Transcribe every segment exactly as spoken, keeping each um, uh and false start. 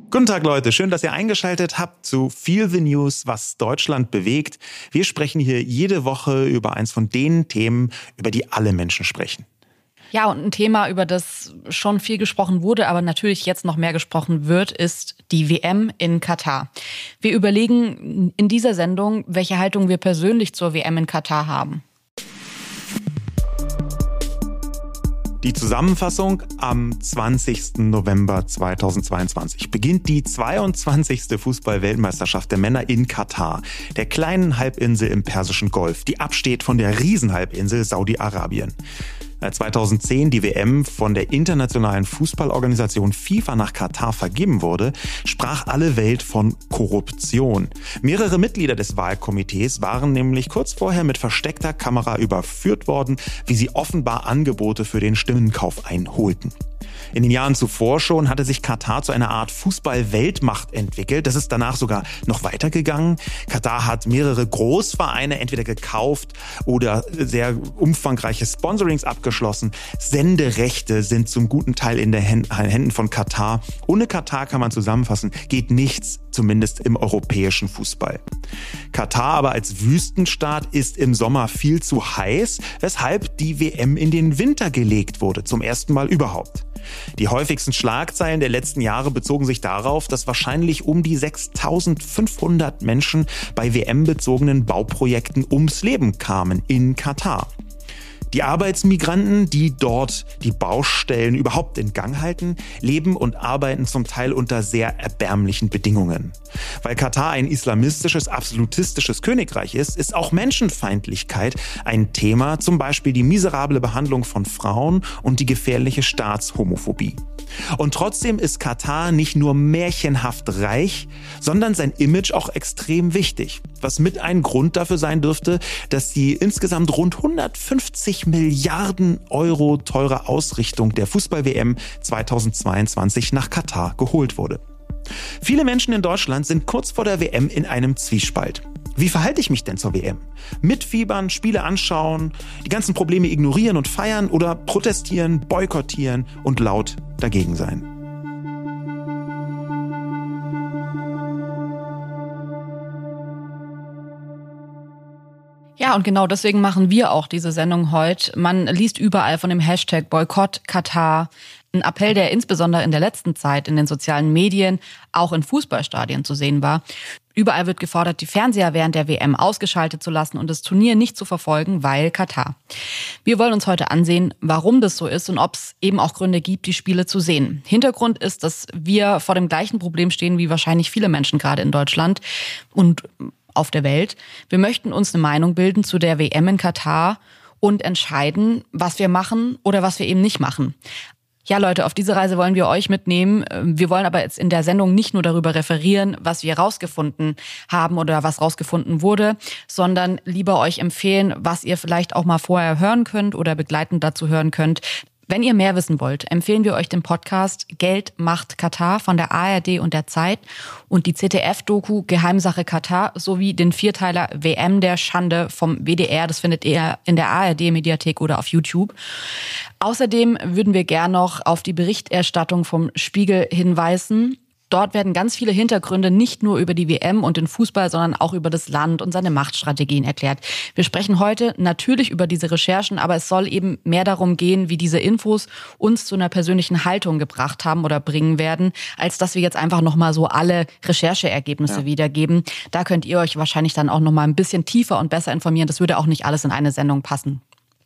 Guten Tag, Leute. Schön, dass ihr eingeschaltet habt zu Feel the News, was Deutschland bewegt. Wir sprechen hier jede Woche über eins von den Themen, über die alle Menschen sprechen. Ja, und ein Thema, über das schon viel gesprochen wurde, aber natürlich jetzt noch mehr gesprochen wird, ist die W M in Katar. Wir überlegen in dieser Sendung, welche Haltung wir persönlich zur W M in Katar haben. Die Zusammenfassung: Am zwanzigsten November zweitausendzweiundzwanzig beginnt die zweiundzwanzigste Fußball-Weltmeisterschaft der Männer in Katar, der kleinen Halbinsel im Persischen Golf, die absteht von der Riesenhalbinsel Saudi-Arabien. Als zweitausendzehn die W M von der internationalen Fußballorganisation FIFA nach Katar vergeben wurde, sprach alle Welt von Korruption. Mehrere Mitglieder des Wahlkomitees waren nämlich kurz vorher mit versteckter Kamera überführt worden, wie sie offenbar Angebote für den Stimmenkauf einholten. In den Jahren zuvor schon hatte sich Katar zu einer Art Fußball-Weltmacht entwickelt. Das ist danach sogar noch weitergegangen. Katar hat mehrere Großvereine entweder gekauft oder sehr umfangreiche Sponsorings abgeschlossen. Senderechte sind zum guten Teil in den Händen von Katar. Ohne Katar, kann man zusammenfassen, geht nichts, zumindest im europäischen Fußball. Katar aber als Wüstenstaat ist im Sommer viel zu heiß, weshalb die W M in den Winter gelegt wurde, zum ersten Mal überhaupt. Die häufigsten Schlagzeilen der letzten Jahre bezogen sich darauf, dass wahrscheinlich um die sechstausendfünfhundert Menschen bei W M-bezogenen Bauprojekten ums Leben kamen in Katar. Die Arbeitsmigranten, die dort die Baustellen überhaupt in Gang halten, leben und arbeiten zum Teil unter sehr erbärmlichen Bedingungen. Weil Katar ein islamistisches, absolutistisches Königreich ist, ist auch Menschenfeindlichkeit ein Thema, zum Beispiel die miserable Behandlung von Frauen und die gefährliche Staatshomophobie. Und trotzdem ist Katar nicht nur märchenhaft reich, sondern sein Image auch extrem wichtig. Was mit ein Grund dafür sein dürfte, dass die insgesamt rund hundertfünfzig Milliarden Euro teure Ausrichtung der Fußball-W M zweitausendzweiundzwanzig nach Katar geholt wurde. Viele Menschen in Deutschland sind kurz vor der W M in einem Zwiespalt. Wie verhalte ich mich denn zur W M? Mitfiebern, Spiele anschauen, die ganzen Probleme ignorieren und feiern oder protestieren, boykottieren und laut dagegen sein? Ja, und genau deswegen machen wir auch diese Sendung heute. Man liest überall von dem Hashtag Boykott Katar. Ein Appell, der insbesondere in der letzten Zeit in den sozialen Medien, auch in Fußballstadien zu sehen war. Überall wird gefordert, die Fernseher während der W M ausgeschaltet zu lassen und das Turnier nicht zu verfolgen, weil Katar. Wir wollen uns heute ansehen, warum das so ist und ob es eben auch Gründe gibt, die Spiele zu sehen. Hintergrund ist, dass wir vor dem gleichen Problem stehen wie wahrscheinlich viele Menschen gerade in Deutschland und auf der Welt. Wir möchten uns eine Meinung bilden zu der W M in Katar und entscheiden, was wir machen oder was wir eben nicht machen. Ja, Leute, auf diese Reise wollen wir euch mitnehmen. Wir wollen aber jetzt in der Sendung nicht nur darüber referieren, was wir rausgefunden haben oder was rausgefunden wurde, sondern lieber euch empfehlen, was ihr vielleicht auch mal vorher hören könnt oder begleitend dazu hören könnt. Wenn ihr mehr wissen wollt, empfehlen wir euch den Podcast Geld macht Katar von der A R D und der Zeit und die Z D F-Doku Geheimsache Katar sowie den Vierteiler W M der Schande vom W D R. Das findet ihr in der A R D-Mediathek oder auf YouTube. Außerdem würden wir gern noch auf die Berichterstattung vom Spiegel hinweisen. Dort werden ganz viele Hintergründe nicht nur über die W M und den Fußball, sondern auch über das Land und seine Machtstrategien erklärt. Wir sprechen heute natürlich über diese Recherchen, aber es soll eben mehr darum gehen, wie diese Infos uns zu einer persönlichen Haltung gebracht haben oder bringen werden, als dass wir jetzt einfach nochmal so alle Rechercheergebnisse ja. wiedergeben. Da könnt ihr euch wahrscheinlich dann auch nochmal ein bisschen tiefer und besser informieren. Das würde auch nicht alles in eine Sendung passen.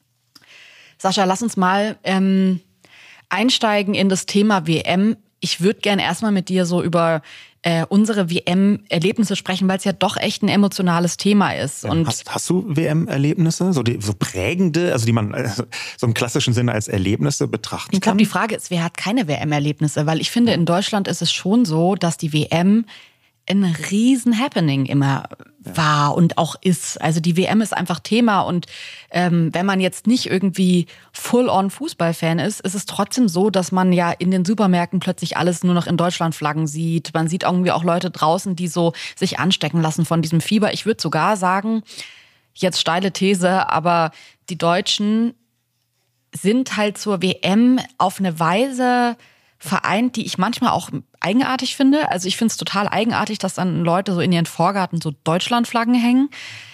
Sascha, lass uns mal ähm, einsteigen in das Thema W M. Ich würde gerne erstmal mit dir so über äh, unsere W M-Erlebnisse sprechen, weil es ja doch echt ein emotionales Thema ist. Und hast, hast du W M-Erlebnisse, so, die, so prägende, also die man äh, so im klassischen Sinne als Erlebnisse betrachten kann? Ich glaube, die Frage ist, wer hat keine W M-Erlebnisse? Weil ich finde, in Deutschland ist es schon so, dass die W M ein riesen Happening immer war und auch ist. Also die W M ist einfach Thema und ähm, wenn man jetzt nicht irgendwie full-on Fußballfan ist, ist es trotzdem so, dass man ja in den Supermärkten plötzlich alles nur noch in Deutschland-Flaggen sieht. Man sieht irgendwie auch Leute draußen, die so sich anstecken lassen von diesem Fieber. Ich würde sogar sagen, jetzt steile These, aber die Deutschen sind halt zur W M auf eine Weise vereint, die ich manchmal auch eigenartig finde. Also ich finde es total eigenartig, dass dann Leute so in ihren Vorgarten so Deutschlandflaggen hängen.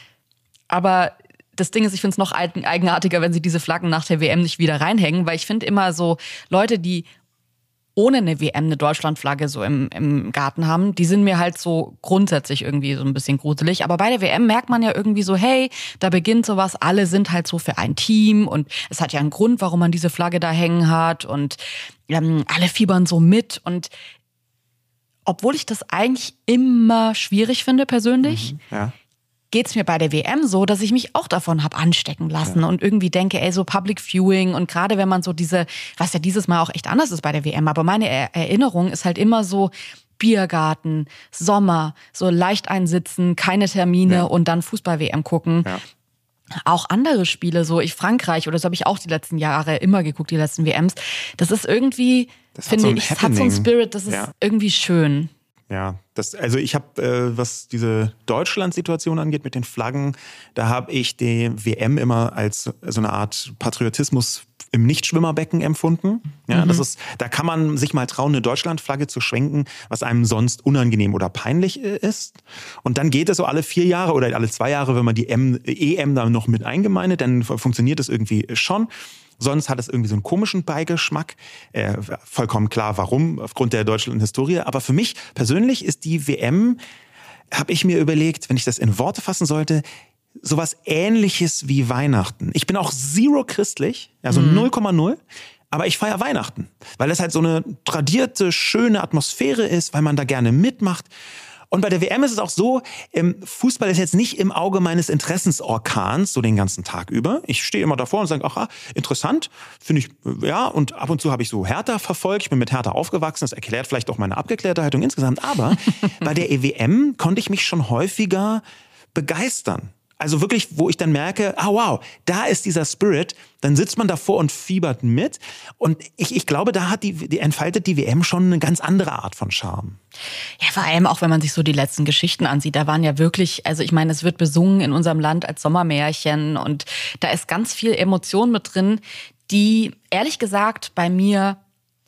Aber das Ding ist, ich finde es noch eigenartiger, wenn sie diese Flaggen nach der W M nicht wieder reinhängen, weil ich finde immer so Leute, die ohne eine W M eine Deutschlandflagge so im, im Garten haben, die sind mir halt so grundsätzlich irgendwie so ein bisschen gruselig. Aber bei der W M merkt man ja irgendwie so, hey, da beginnt sowas, alle sind halt so für ein Team und es hat ja einen Grund, warum man diese Flagge da hängen hat und ähm, alle fiebern so mit. Und obwohl ich das eigentlich immer schwierig finde persönlich, Mhm, ja. geht's mir bei der W M so, dass ich mich auch davon hab anstecken lassen ja. und irgendwie denke, ey, so Public Viewing und gerade wenn man so diese, was ja dieses Mal auch echt anders ist bei der W M, aber meine er- Erinnerung ist halt immer so Biergarten, Sommer, so leicht einsitzen, keine Termine ja. und dann Fußball-W M gucken. Ja. Auch andere Spiele, so ich Frankreich oder so habe ich auch die letzten Jahre immer geguckt, die letzten W Ms. Das ist irgendwie, das finde so ich, es hat so einen Spirit, das ist ja. irgendwie schön. Ja, das, also ich habe, äh, was diese Deutschland-Situation angeht mit den Flaggen, da habe ich die W M immer als so eine Art Patriotismus im Nichtschwimmerbecken empfunden. Ja, mhm. das ist, da kann man sich mal trauen, eine Deutschlandflagge zu schwenken, was einem sonst unangenehm oder peinlich ist. Und dann geht es so alle vier Jahre oder alle zwei Jahre, wenn man die M, E M da noch mit eingemeindet, dann funktioniert das irgendwie schon. Sonst hat es irgendwie so einen komischen Beigeschmack. Äh, vollkommen klar, warum, aufgrund der Deutschland-Historie. Aber für mich persönlich ist die W M, habe ich mir überlegt, wenn ich das in Worte fassen sollte, sowas Ähnliches wie Weihnachten. Ich bin auch zero christlich, also mhm. null Komma null. Aber ich feiere Weihnachten, weil es halt so eine tradierte, schöne Atmosphäre ist, weil man da gerne mitmacht. Und bei der W M ist es auch so, Fußball ist jetzt nicht im Auge meines Interessensorkans so den ganzen Tag über. Ich stehe immer davor und sage, ach, interessant, finde ich, ja. Und ab und zu habe ich so Hertha verfolgt. Ich bin mit Hertha aufgewachsen. Das erklärt vielleicht auch meine abgeklärte Haltung insgesamt. Aber bei der E W M konnte ich mich schon häufiger begeistern. Also wirklich, wo ich dann merke, ah wow, da ist dieser Spirit, dann sitzt man davor und fiebert mit. Und ich, ich glaube, da hat die, die entfaltet die W M schon eine ganz andere Art von Charme. Ja, vor allem auch, wenn man sich so die letzten Geschichten ansieht, da waren ja wirklich, also ich meine, es wird besungen in unserem Land als Sommermärchen und da ist ganz viel Emotion mit drin, die ehrlich gesagt bei mir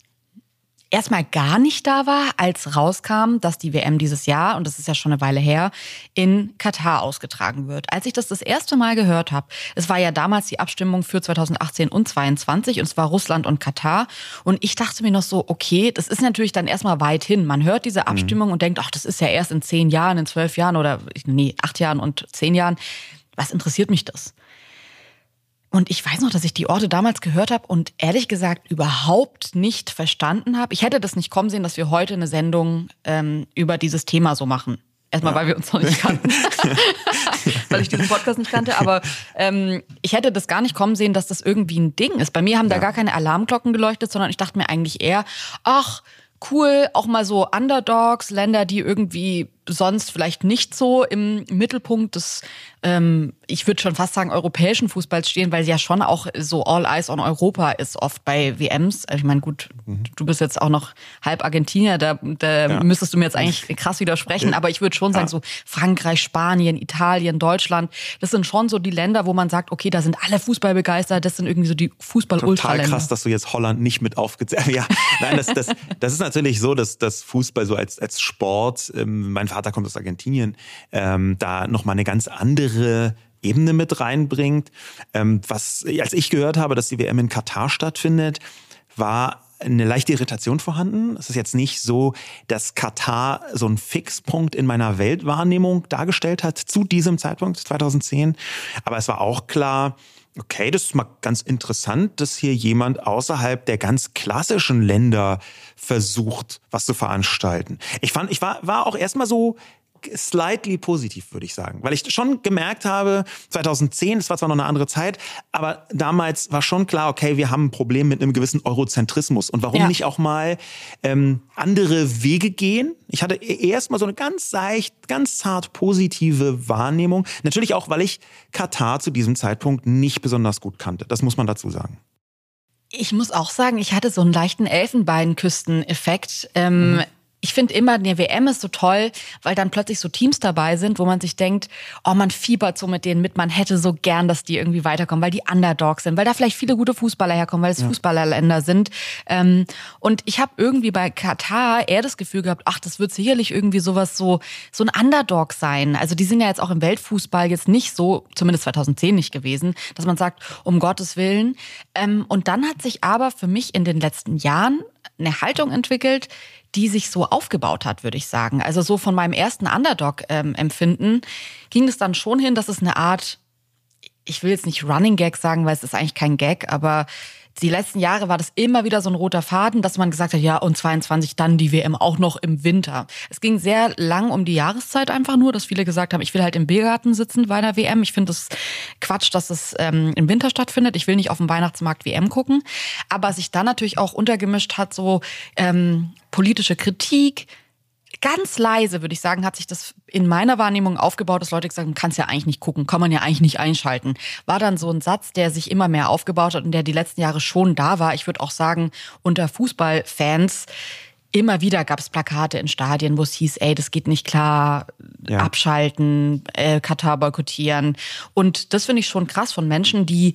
erstmal gar nicht da war, als rauskam, dass die W M dieses Jahr, und das ist ja schon eine Weile her, in Katar ausgetragen wird. Als ich das das erste Mal gehört habe, es war ja damals die Abstimmung für zweitausendachtzehn und zweiundzwanzig und es war Russland und Katar und ich dachte mir noch so, okay, das ist natürlich dann erstmal weit hin. Man hört diese Abstimmung mhm. und denkt, ach, das ist ja erst in zehn Jahren, in zwölf Jahren oder nee, acht Jahren und zehn Jahren. Was interessiert mich das? Und ich weiß noch, dass ich die Orte damals gehört habe und ehrlich gesagt überhaupt nicht verstanden habe. Ich hätte das nicht kommen sehen, dass wir heute eine Sendung ähm, über dieses Thema so machen. Erstmal, ja. weil wir uns noch nicht kannten. Weil ich diesen Podcast nicht kannte. Aber ähm, ich hätte das gar nicht kommen sehen, dass das irgendwie ein Ding ist. Bei mir haben ja. da gar keine Alarmglocken geleuchtet, sondern ich dachte mir eigentlich eher, ach, cool, auch mal so Underdogs, Länder, die irgendwie sonst vielleicht nicht so im Mittelpunkt des, ähm, ich würde schon fast sagen, europäischen Fußballs stehen, weil sie ja schon auch so All Eyes on Europa ist oft bei W Ms. Ich meine, gut, mhm. du bist jetzt auch noch halb Argentinier, da, da ja. müsstest du mir jetzt eigentlich krass widersprechen, ja. aber ich würde schon sagen, ja. so Frankreich, Spanien, Italien, Deutschland, das sind schon so die Länder, wo man sagt, okay, da sind alle Fußball begeistert, das sind irgendwie so die Fußball-Ultraländer. Total krass, dass du jetzt Holland nicht mit aufgezählt hast. Ja, nein, das, das, das ist natürlich so, dass, dass Fußball so als, als Sport, ähm, mein Vater kommt aus Argentinien, ähm, da nochmal eine ganz andere Ebene mit reinbringt. Ähm, was, als ich gehört habe, dass die W M in Katar stattfindet, war eine leichte Irritation vorhanden. Es ist jetzt nicht so, dass Katar so einen Fixpunkt in meiner Weltwahrnehmung dargestellt hat zu diesem Zeitpunkt, zweitausendzehn. Aber es war auch klar, okay, das ist mal ganz interessant, dass hier jemand außerhalb der ganz klassischen Länder versucht, was zu veranstalten. Ich fand, ich war, war auch erstmal so slightly positiv, würde ich sagen. Weil ich schon gemerkt habe, zweitausendzehn, das war zwar noch eine andere Zeit, aber damals war schon klar, okay, wir haben ein Problem mit einem gewissen Eurozentrismus. Und warum ja. nicht auch mal ähm, andere Wege gehen? Ich hatte erst mal so eine ganz seicht, ganz zart positive Wahrnehmung. Natürlich auch, weil ich Katar zu diesem Zeitpunkt nicht besonders gut kannte. Das muss man dazu sagen. Ich muss auch sagen, ich hatte so einen leichten Elfenbeinküsten-Effekt. Ähm, mhm. Ich finde immer, eine W M ist so toll, weil dann plötzlich so Teams dabei sind, wo man sich denkt, oh, man fiebert so mit denen mit, man hätte so gern, dass die irgendwie weiterkommen, weil die Underdogs sind, weil da vielleicht viele gute Fußballer herkommen, weil es ja. Fußballerländer sind. Und ich habe irgendwie bei Katar eher das Gefühl gehabt, ach, das wird sicherlich irgendwie sowas so, so ein Underdog sein. Also die sind ja jetzt auch im Weltfußball jetzt nicht so, zumindest zweitausendzehn nicht gewesen, dass man sagt, um Gottes Willen. Und dann hat sich aber für mich in den letzten Jahren eine Haltung entwickelt, die sich so aufgebaut hat, würde ich sagen. Also so von meinem ersten Underdog-Empfinden ähm, ging es dann schon hin, dass es eine Art, ich will jetzt nicht Running Gag sagen, weil es ist eigentlich kein Gag, aber die letzten Jahre war das immer wieder so ein roter Faden, dass man gesagt hat, ja, und zweiundzwanzig dann die W M auch noch im Winter. Es ging sehr lang um die Jahreszeit einfach nur, dass viele gesagt haben, ich will halt im Biergarten sitzen bei einer W M. Ich finde es Quatsch, dass es ähm, im Winter stattfindet. Ich will nicht auf dem Weihnachtsmarkt W M gucken. Aber sich dann natürlich auch untergemischt hat, so ähm, politische Kritik. Ganz leise, würde ich sagen, hat sich das in meiner Wahrnehmung aufgebaut, dass Leute gesagt haben, kannst ja eigentlich nicht gucken, kann man ja eigentlich nicht einschalten. War dann so ein Satz, der sich immer mehr aufgebaut hat und der die letzten Jahre schon da war. Ich würde auch sagen, unter Fußballfans immer wieder gab es Plakate in Stadien, wo es hieß, ey, das geht nicht klar, ja. abschalten, äh, Katar boykottieren. Und das finde ich schon krass von Menschen, die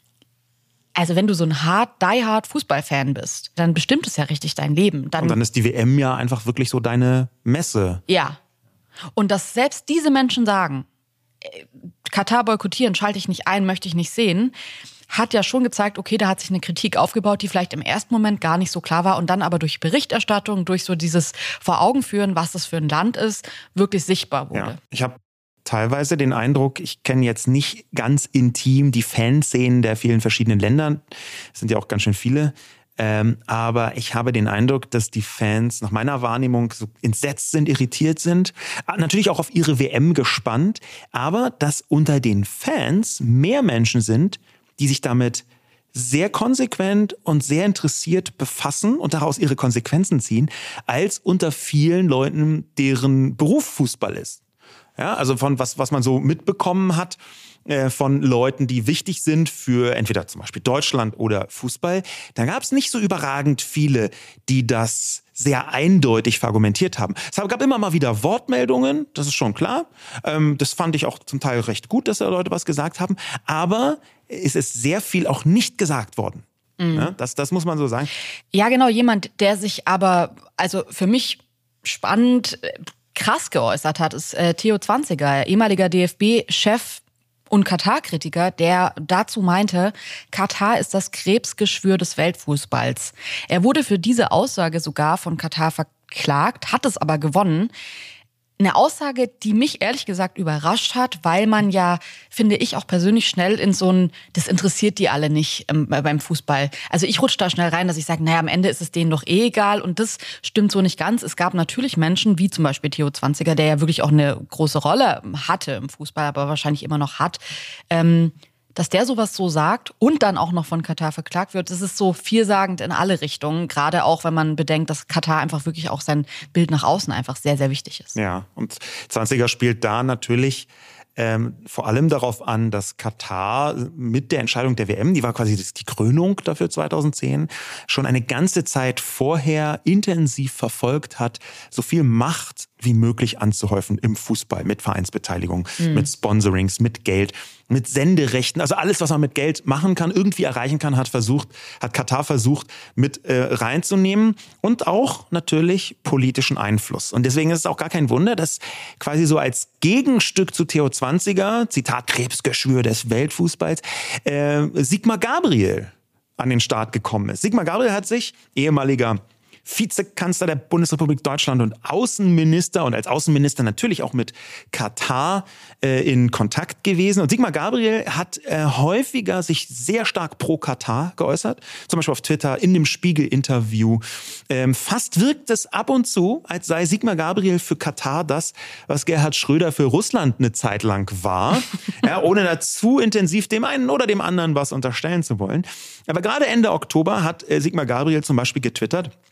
also wenn du so ein hard, die-hard Fußballfan bist, dann bestimmt es ja richtig dein Leben. Dann, und dann ist die W M ja einfach wirklich so deine Messe. Ja. Und dass selbst diese Menschen sagen, Katar boykottieren, schalte ich nicht ein, möchte ich nicht sehen, hat ja schon gezeigt, okay, da hat sich eine Kritik aufgebaut, die vielleicht im ersten Moment gar nicht so klar war und dann aber durch Berichterstattung, durch so dieses Vor-Augen-Führen, was das für ein Land ist, wirklich sichtbar wurde. Ja. Ich habe teilweise den Eindruck, ich kenne jetzt nicht ganz intim die Fanszenen der vielen verschiedenen Länder. Es sind ja auch ganz schön viele. Ähm, aber ich habe den Eindruck, dass die Fans nach meiner Wahrnehmung so entsetzt sind, irritiert sind. Natürlich auch auf ihre W M gespannt. Aber dass unter den Fans mehr Menschen sind, die sich damit sehr konsequent und sehr interessiert befassen und daraus ihre Konsequenzen ziehen, als unter vielen Leuten, deren Beruf Fußball ist. Ja, also von was, was man so mitbekommen hat äh, von Leuten, die wichtig sind für entweder zum Beispiel Deutschland oder Fußball, da gab es nicht so überragend viele, die das sehr eindeutig verargumentiert haben. Es gab immer mal wieder Wortmeldungen, das ist schon klar. Ähm, das fand ich auch zum Teil recht gut, dass da Leute was gesagt haben. Aber es ist sehr viel auch nicht gesagt worden. Mhm. Ja, das, das muss man so sagen. Ja, genau, jemand, der sich aber, also für mich spannend krass geäußert hat, ist äh, Theo Zwanziger, ehemaliger D F B-Chef und Katar-Kritiker, der dazu meinte, Katar ist das Krebsgeschwür des Weltfußballs. Er wurde für diese Aussage sogar von Katar verklagt, hat es aber gewonnen. Eine Aussage, die mich ehrlich gesagt überrascht hat, weil man ja, finde ich, auch persönlich schnell in so ein, das interessiert die alle nicht ähm, beim Fußball. Also ich rutsche da schnell rein, dass ich sage, naja, am Ende ist es denen doch eh egal und das stimmt so nicht ganz. Es gab natürlich Menschen, wie zum Beispiel Theo Zwanziger, der ja wirklich auch eine große Rolle hatte im Fußball, aber wahrscheinlich immer noch hat, ähm, dass der sowas so sagt und dann auch noch von Katar verklagt wird, das ist so vielsagend in alle Richtungen, gerade auch, wenn man bedenkt, dass Katar einfach wirklich auch sein Bild nach außen einfach sehr, sehr wichtig ist. Ja, und Zwanziger spielt da natürlich ähm, vor allem darauf an, dass Katar mit der Entscheidung der W M, die war quasi die Krönung dafür zweitausendzehn, schon eine ganze Zeit vorher intensiv verfolgt hat, so viel Macht wie möglich anzuhäufen im Fußball mit Vereinsbeteiligung, mhm. mit Sponsorings, mit Geld, mit Senderechten, also alles, was man mit Geld machen kann, irgendwie erreichen kann, hat versucht, hat Katar versucht, mit äh, reinzunehmen und auch natürlich politischen Einfluss. Und deswegen ist es auch gar kein Wunder, dass quasi so als Gegenstück zu Theo Zwanziger, Zitat Krebsgeschwür des Weltfußballs, äh, Sigmar Gabriel an den Start gekommen ist. Sigmar Gabriel hat sich, ehemaliger Vizekanzler der Bundesrepublik Deutschland und Außenminister und als Außenminister natürlich auch mit Katar äh, in Kontakt gewesen. Und Sigmar Gabriel hat äh, häufiger sich sehr stark pro Katar geäußert. Zum Beispiel auf Twitter, in dem Spiegel-Interview. Ähm, fast wirkt es ab und zu, als sei Sigmar Gabriel für Katar das, was Gerhard Schröder für Russland eine Zeit lang war. Ja, ohne dazu intensiv dem einen oder dem anderen was unterstellen zu wollen. Aber gerade Ende Oktober hat äh, Sigmar Gabriel zum Beispiel getwittert,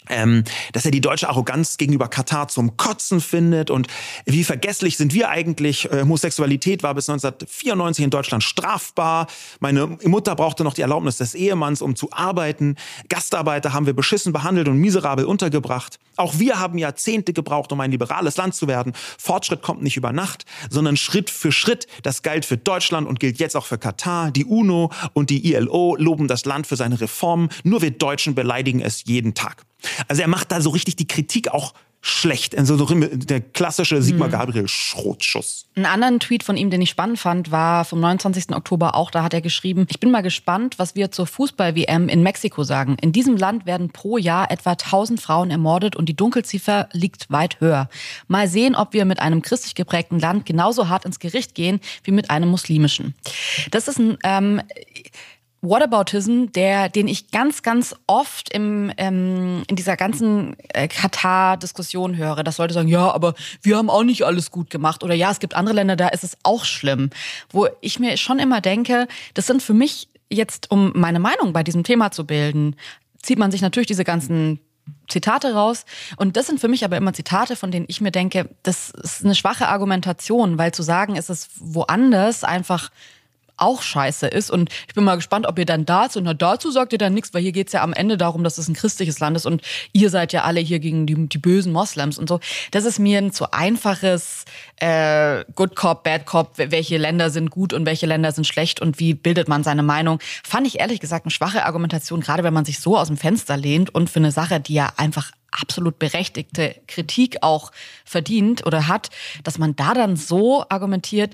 Ähm, dass er die deutsche Arroganz gegenüber Katar zum Kotzen findet und wie vergesslich sind wir eigentlich. Äh, Homosexualität war bis neunzehnhundertvierundneunzig in Deutschland strafbar. Meine Mutter brauchte noch die Erlaubnis des Ehemanns, um zu arbeiten. Gastarbeiter haben wir beschissen behandelt und miserabel untergebracht. Auch wir haben Jahrzehnte gebraucht, um ein liberales Land zu werden. Fortschritt kommt nicht über Nacht, sondern Schritt für Schritt. Das galt für Deutschland und gilt jetzt auch für Katar. Die UNO und die I L O loben das Land für seine Reformen. Nur wir Deutschen beleidigen es jeden Tag. Also er macht da so richtig die Kritik auch schlecht. Also so der klassische Sigmar Gabriel Schrotschuss. Einen anderen Tweet von ihm, den ich spannend fand, war vom neunundzwanzigsten Oktober auch. Da hat er geschrieben: Ich bin mal gespannt, was wir zur Fußball-W M in Mexiko sagen. In diesem Land werden pro Jahr etwa tausend Frauen ermordet und die Dunkelziffer liegt weit höher. Mal sehen, ob wir mit einem christlich geprägten Land genauso hart ins Gericht gehen wie mit einem muslimischen. Das ist ein ähm, Whataboutism, der, den ich ganz, ganz oft im, ähm, in dieser ganzen äh, Katar-Diskussion höre. Das Leute sagen, ja, aber wir haben auch nicht alles gut gemacht. Oder ja, es gibt andere Länder, da ist es auch schlimm. Wo ich mir schon immer denke, das sind für mich jetzt, um meine Meinung bei diesem Thema zu bilden, zieht man sich natürlich diese ganzen Zitate raus. Und das sind für mich aber immer Zitate, von denen ich mir denke, das ist eine schwache Argumentation, weil zu sagen, es ist woanders einfach auch scheiße ist. Und ich bin mal gespannt, ob ihr dann dazu, na dazu sagt ihr dann nichts, weil hier geht's ja am Ende darum, dass es ein christliches Land ist und ihr seid ja alle hier gegen die, die bösen Moslems und so. Das ist mir ein zu einfaches äh, Good Cop, Bad Cop, welche Länder sind gut und welche Länder sind schlecht und wie bildet man seine Meinung. Fand ich ehrlich gesagt eine schwache Argumentation, gerade wenn man sich so aus dem Fenster lehnt und für eine Sache, die ja einfach absolut berechtigte Kritik auch verdient oder hat, dass man da dann so argumentiert.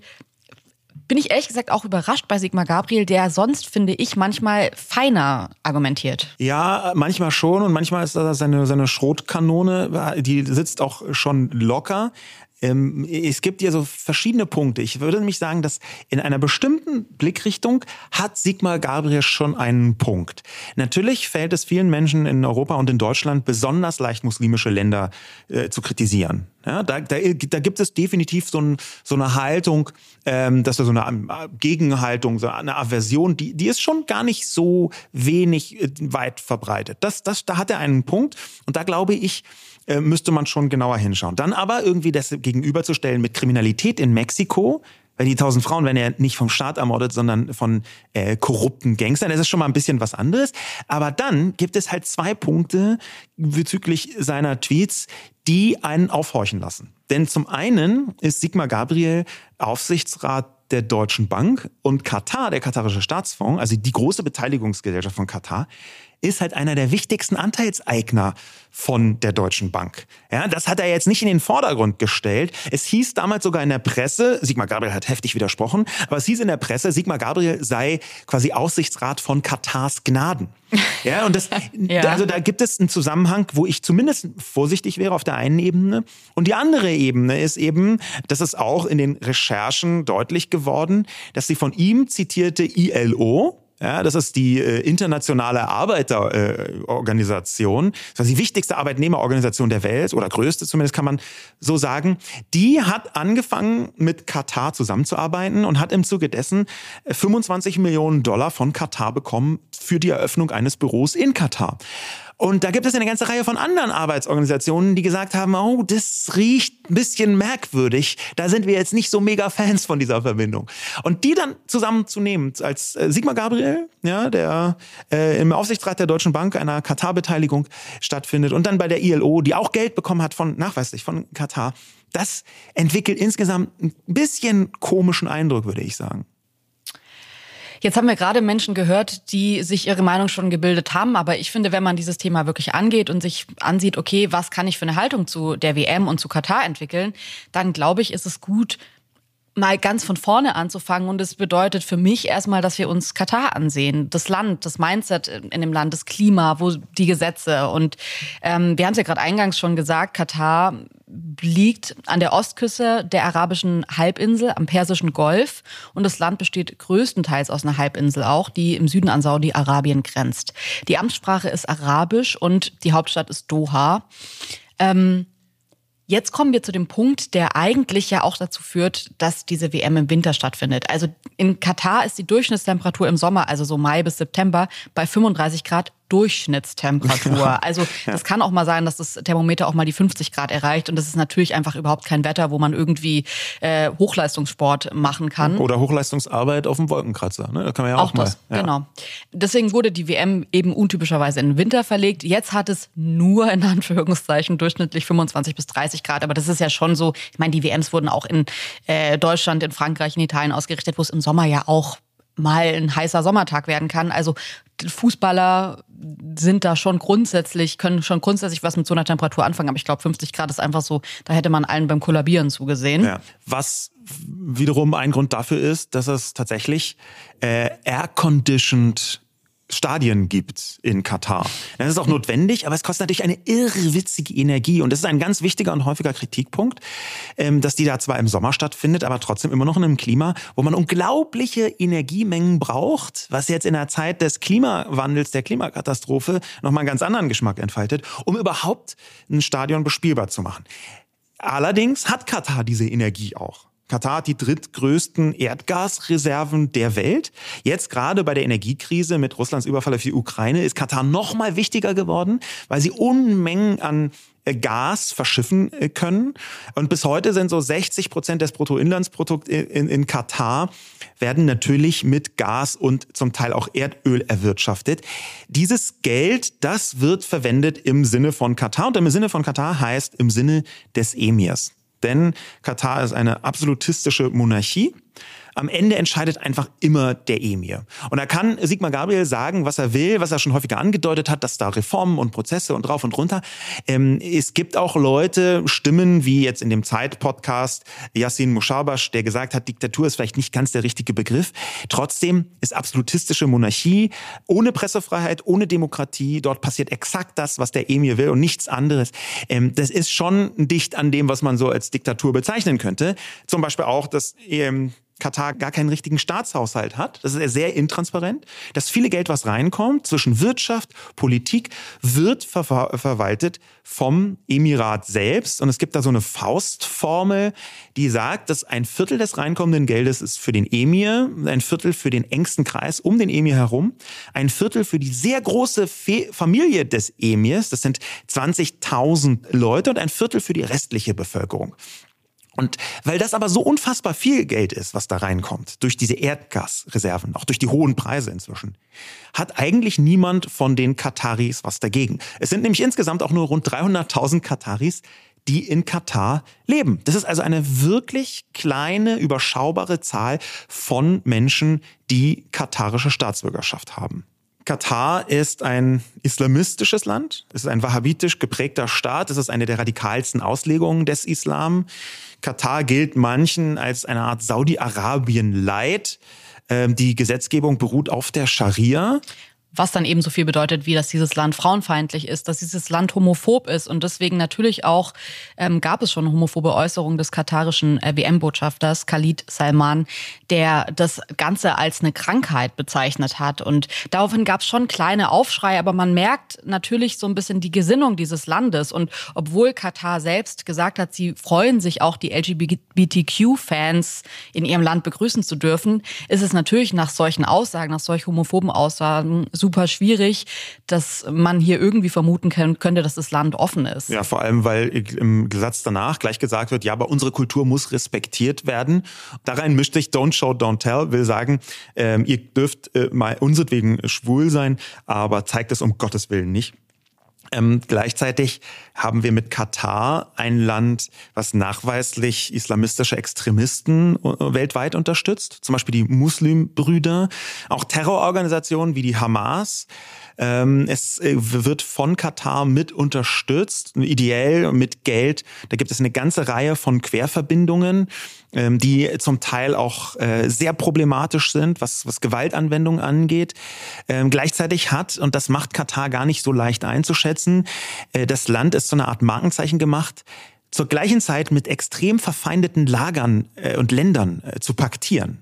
Bin ich ehrlich gesagt auch überrascht bei Sigmar Gabriel, der sonst, finde ich, manchmal feiner argumentiert. Ja, manchmal schon und manchmal ist das seine, seine Schrotkanone, die sitzt auch schon locker. Ähm, es gibt ja so verschiedene Punkte. Ich würde nämlich sagen, dass in einer bestimmten Blickrichtung hat Sigmar Gabriel schon einen Punkt. Natürlich fällt es vielen Menschen in Europa und in Deutschland besonders leicht, muslimische Länder äh, zu kritisieren. Ja, da, da, da gibt es definitiv so, ein, so eine Haltung, ähm, dass da so eine Gegenhaltung, so eine Aversion, die, die ist schon gar nicht so wenig äh, weit verbreitet. Das, das, da hat er einen Punkt und da glaube ich, äh, müsste man schon genauer hinschauen. Dann aber irgendwie das gegenüberzustellen mit Kriminalität in Mexiko, weil die tausend Frauen werden ja nicht vom Staat ermordet, sondern von äh, korrupten Gangstern. Das ist schon mal ein bisschen was anderes. Aber dann gibt es halt zwei Punkte bezüglich seiner Tweets, die einen aufhorchen lassen. Denn zum einen ist Sigmar Gabriel Aufsichtsrat der Deutschen Bank und Katar, der katarische Staatsfonds, also die große Beteiligungsgesellschaft von Katar, ist halt einer der wichtigsten Anteilseigner von der Deutschen Bank. Ja, das hat er jetzt nicht in den Vordergrund gestellt. Es hieß damals sogar in der Presse, Sigmar Gabriel hat heftig widersprochen, aber es hieß in der Presse, Sigmar Gabriel sei quasi Aufsichtsrat von Katars Gnaden. Ja, und das, ja. Also da gibt es einen Zusammenhang, wo ich zumindest vorsichtig wäre auf der einen Ebene. Und die andere Ebene ist eben, das ist auch in den Recherchen deutlich geworden, dass die von ihm zitierte I L O, ja, das ist die äh, internationale Arbeiterorganisation, äh, das ist die wichtigste Arbeitnehmerorganisation der Welt oder größte zumindest, kann man so sagen. Die hat angefangen mit Katar zusammenzuarbeiten und hat im Zuge dessen fünfundzwanzig Millionen Dollar von Katar bekommen für die Eröffnung eines Büros in Katar. Und da gibt es eine ganze Reihe von anderen Arbeitsorganisationen, die gesagt haben, oh, das riecht ein bisschen merkwürdig. Da sind wir jetzt nicht so mega Fans von dieser Verbindung. Und die dann zusammenzunehmen als äh, Sigmar Gabriel, ja, der äh, im Aufsichtsrat der Deutschen Bank einer Katar-Beteiligung stattfindet und dann bei der I L O, die auch Geld bekommen hat von, nachweislich von Katar, das entwickelt insgesamt ein bisschen komischen Eindruck, würde ich sagen. Jetzt haben wir gerade Menschen gehört, die sich ihre Meinung schon gebildet haben. Aber ich finde, wenn man dieses Thema wirklich angeht und sich ansieht, okay, was kann ich für eine Haltung zu der W M und zu Katar entwickeln, dann glaube ich, ist es gut, mal ganz von vorne anzufangen. Und es bedeutet für mich erstmal, dass wir uns Katar ansehen. Das Land, das Mindset in dem Land, das Klima, wo die Gesetze. Und ähm, wir haben es ja gerade eingangs schon gesagt, Katar liegt an der Ostküste der arabischen Halbinsel am Persischen Golf. Und das Land besteht größtenteils aus einer Halbinsel auch, die im Süden an Saudi-Arabien grenzt. Die Amtssprache ist Arabisch und die Hauptstadt ist Doha. Ähm, Jetzt kommen wir zu dem Punkt, der eigentlich ja auch dazu führt, dass diese W M im Winter stattfindet. Also in Katar ist die Durchschnittstemperatur im Sommer, also so Mai bis September, bei fünfunddreißig Grad Durchschnittstemperatur. Also ja. Das kann auch mal sein, dass das Thermometer auch mal die fünfzig Grad erreicht und das ist natürlich einfach überhaupt kein Wetter, wo man irgendwie äh, Hochleistungssport machen kann. Oder Hochleistungsarbeit auf dem Wolkenkratzer. Ne? Da kann man ja auch, auch mal. Das, ja. Genau. Deswegen wurde die W M eben untypischerweise in den Winter verlegt. Jetzt hat es nur in Anführungszeichen durchschnittlich fünfundzwanzig bis dreißig Grad. Aber das ist ja schon so, ich meine, die W Ms wurden auch in äh, Deutschland, in Frankreich, in Italien ausgerichtet, wo es im Sommer ja auch mal ein heißer Sommertag werden kann. Also Fußballer sind da schon grundsätzlich, können schon grundsätzlich was mit so einer Temperatur anfangen. Aber ich glaube, fünfzig Grad ist einfach so, da hätte man allen beim Kollabieren zugesehen. Ja. Was wiederum ein Grund dafür ist, dass es tatsächlich äh, air-conditioned Stadien gibt in Katar. Das ist auch notwendig, aber es kostet natürlich eine irrwitzige Energie. Und das ist ein ganz wichtiger und häufiger Kritikpunkt, dass die da zwar im Sommer stattfindet, aber trotzdem immer noch in einem Klima, wo man unglaubliche Energiemengen braucht, was jetzt in der Zeit des Klimawandels, der Klimakatastrophe, nochmal einen ganz anderen Geschmack entfaltet, um überhaupt ein Stadion bespielbar zu machen. Allerdings hat Katar diese Energie auch. Katar hat die drittgrößten Erdgasreserven der Welt. Jetzt gerade bei der Energiekrise mit Russlands Überfall auf die Ukraine ist Katar noch mal wichtiger geworden, weil sie Unmengen an Gas verschiffen können. Und bis heute sind so sechzig Prozent des Bruttoinlandsprodukts in, in Katar werden natürlich mit Gas und zum Teil auch Erdöl erwirtschaftet. Dieses Geld, das wird verwendet im Sinne von Katar. Und im Sinne von Katar heißt im Sinne des Emirs. Denn Katar ist eine absolutistische Monarchie. Am Ende entscheidet einfach immer der Emir. Und da kann Sigmar Gabriel sagen, was er will, was er schon häufiger angedeutet hat, dass da Reformen und Prozesse und drauf und runter. Ähm, es gibt auch Leute, Stimmen wie jetzt in dem Zeit-Podcast Yassin Musharbash, der gesagt hat, Diktatur ist vielleicht nicht ganz der richtige Begriff. Trotzdem ist absolutistische Monarchie ohne Pressefreiheit, ohne Demokratie. Dort passiert exakt das, was der Emir will und nichts anderes. Ähm, das ist schon dicht an dem, was man so als Diktatur bezeichnen könnte. Zum Beispiel auch, dass ähm, Katar gar keinen richtigen Staatshaushalt hat. Das ist sehr intransparent. Das viele Geld, was reinkommt zwischen Wirtschaft, Politik, wird ver- verwaltet vom Emirat selbst. Und es gibt da so eine Faustformel, die sagt, dass ein Viertel des reinkommenden Geldes ist für den Emir, ein Viertel für den engsten Kreis um den Emir herum, ein Viertel für die sehr große Fe- Familie des Emirs, das sind zwanzigtausend Leute, und ein Viertel für die restliche Bevölkerung. Und weil das aber so unfassbar viel Geld ist, was da reinkommt, durch diese Erdgasreserven, auch durch die hohen Preise inzwischen, hat eigentlich niemand von den Kataris was dagegen. Es sind nämlich insgesamt auch nur rund dreihunderttausend Kataris, die in Katar leben. Das ist also eine wirklich kleine, überschaubare Zahl von Menschen, die katarische Staatsbürgerschaft haben. Katar ist ein islamistisches Land. Es ist ein wahhabitisch geprägter Staat. Es ist eine der radikalsten Auslegungen des Islam. Katar gilt manchen als eine Art Saudi-Arabien-Light. Die Gesetzgebung beruht auf der Scharia. Was dann eben so viel bedeutet, wie dass dieses Land frauenfeindlich ist, dass dieses Land homophob ist. Und deswegen natürlich auch ähm, gab es schon homophobe Äußerungen des katarischen äh, W M-Botschafters Khalid Salman, der das Ganze als eine Krankheit bezeichnet hat. Und daraufhin gab es schon kleine Aufschrei, aber man merkt natürlich so ein bisschen die Gesinnung dieses Landes. Und obwohl Katar selbst gesagt hat, sie freuen sich auch, die L G B T Q-Fans in ihrem Land begrüßen zu dürfen, ist es natürlich nach solchen Aussagen, nach solch homophoben Aussagen super schwierig, dass man hier irgendwie vermuten könnte, dass das Land offen ist. Ja, vor allem, weil im Satz danach gleich gesagt wird, ja, aber unsere Kultur muss respektiert werden. Da rein mischt sich Don't Show, Don't Tell, will sagen, ähm, ihr dürft äh, mal unseretwegen schwul sein, aber zeigt es um Gottes Willen nicht. Ähm, gleichzeitig haben wir mit Katar ein Land, was nachweislich islamistische Extremisten weltweit unterstützt. Zum Beispiel die Muslimbrüder, auch Terrororganisationen wie die Hamas. Ähm, es wird von Katar mit unterstützt, ideell mit Geld. Da gibt es eine ganze Reihe von Querverbindungen, ähm, die zum Teil auch äh, sehr problematisch sind, was, was Gewaltanwendung angeht. Ähm, gleichzeitig hat, und das macht Katar gar nicht so leicht einzuschätzen, äh, das Land ist so eine Art Markenzeichen gemacht, zur gleichen Zeit mit extrem verfeindeten Lagern äh, und Ländern äh, zu paktieren.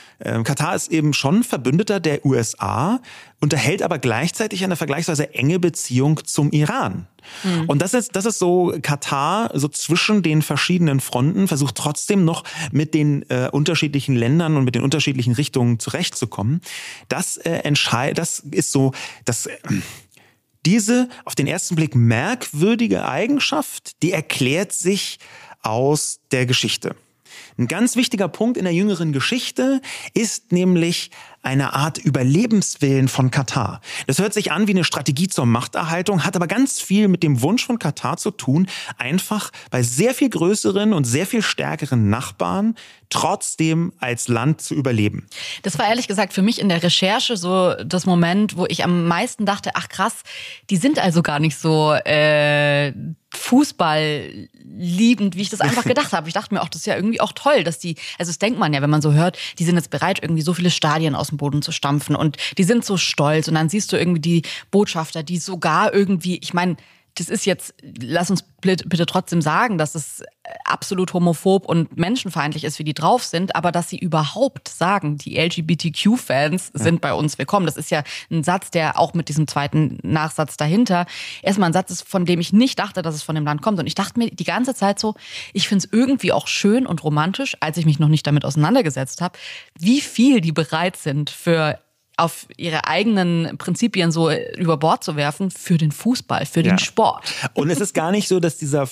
Katar ist eben schon Verbündeter der U S A, unterhält aber gleichzeitig eine vergleichsweise enge Beziehung zum Iran. Mhm. Und das ist, das ist so Katar, so zwischen den verschiedenen Fronten, versucht trotzdem noch mit den äh, unterschiedlichen Ländern und mit den unterschiedlichen Richtungen zurechtzukommen. Das äh, entscheid, das ist so, das, äh, Diese auf den ersten Blick merkwürdige Eigenschaft, die erklärt sich aus der Geschichte. Ein ganz wichtiger Punkt in der jüngeren Geschichte ist nämlich eine Art Überlebenswillen von Katar. Das hört sich an wie eine Strategie zur Machterhaltung, hat aber ganz viel mit dem Wunsch von Katar zu tun, einfach bei sehr viel größeren und sehr viel stärkeren Nachbarn trotzdem als Land zu überleben. Das war ehrlich gesagt für mich in der Recherche so das Moment, wo ich am meisten dachte, ach krass, die sind also gar nicht so äh, Fußball liebend, wie ich das einfach gedacht habe. Ich dachte mir auch, das ist ja irgendwie auch toll, dass die, also das denkt man ja, wenn man so hört, die sind jetzt bereit, irgendwie so viele Stadien aus dem Boden zu stampfen und die sind so stolz und dann siehst du irgendwie die Botschafter, die sogar irgendwie, ich meine, das ist jetzt, lass uns bitte trotzdem sagen, dass es absolut homophob und menschenfeindlich ist, wie die drauf sind, aber dass sie überhaupt sagen, die L G B T Q-Fans sind ja. bei uns willkommen. Das ist ja ein Satz, der auch mit diesem zweiten Nachsatz dahinter erstmal ein Satz ist, von dem ich nicht dachte, dass es von dem Land kommt. Und ich dachte mir die ganze Zeit so, ich finde es irgendwie auch schön und romantisch, als ich mich noch nicht damit auseinandergesetzt habe, wie viel die bereit sind für auf ihre eigenen Prinzipien so über Bord zu werfen für den Fußball, für den ja. Sport. Und es ist gar nicht so, dass dieser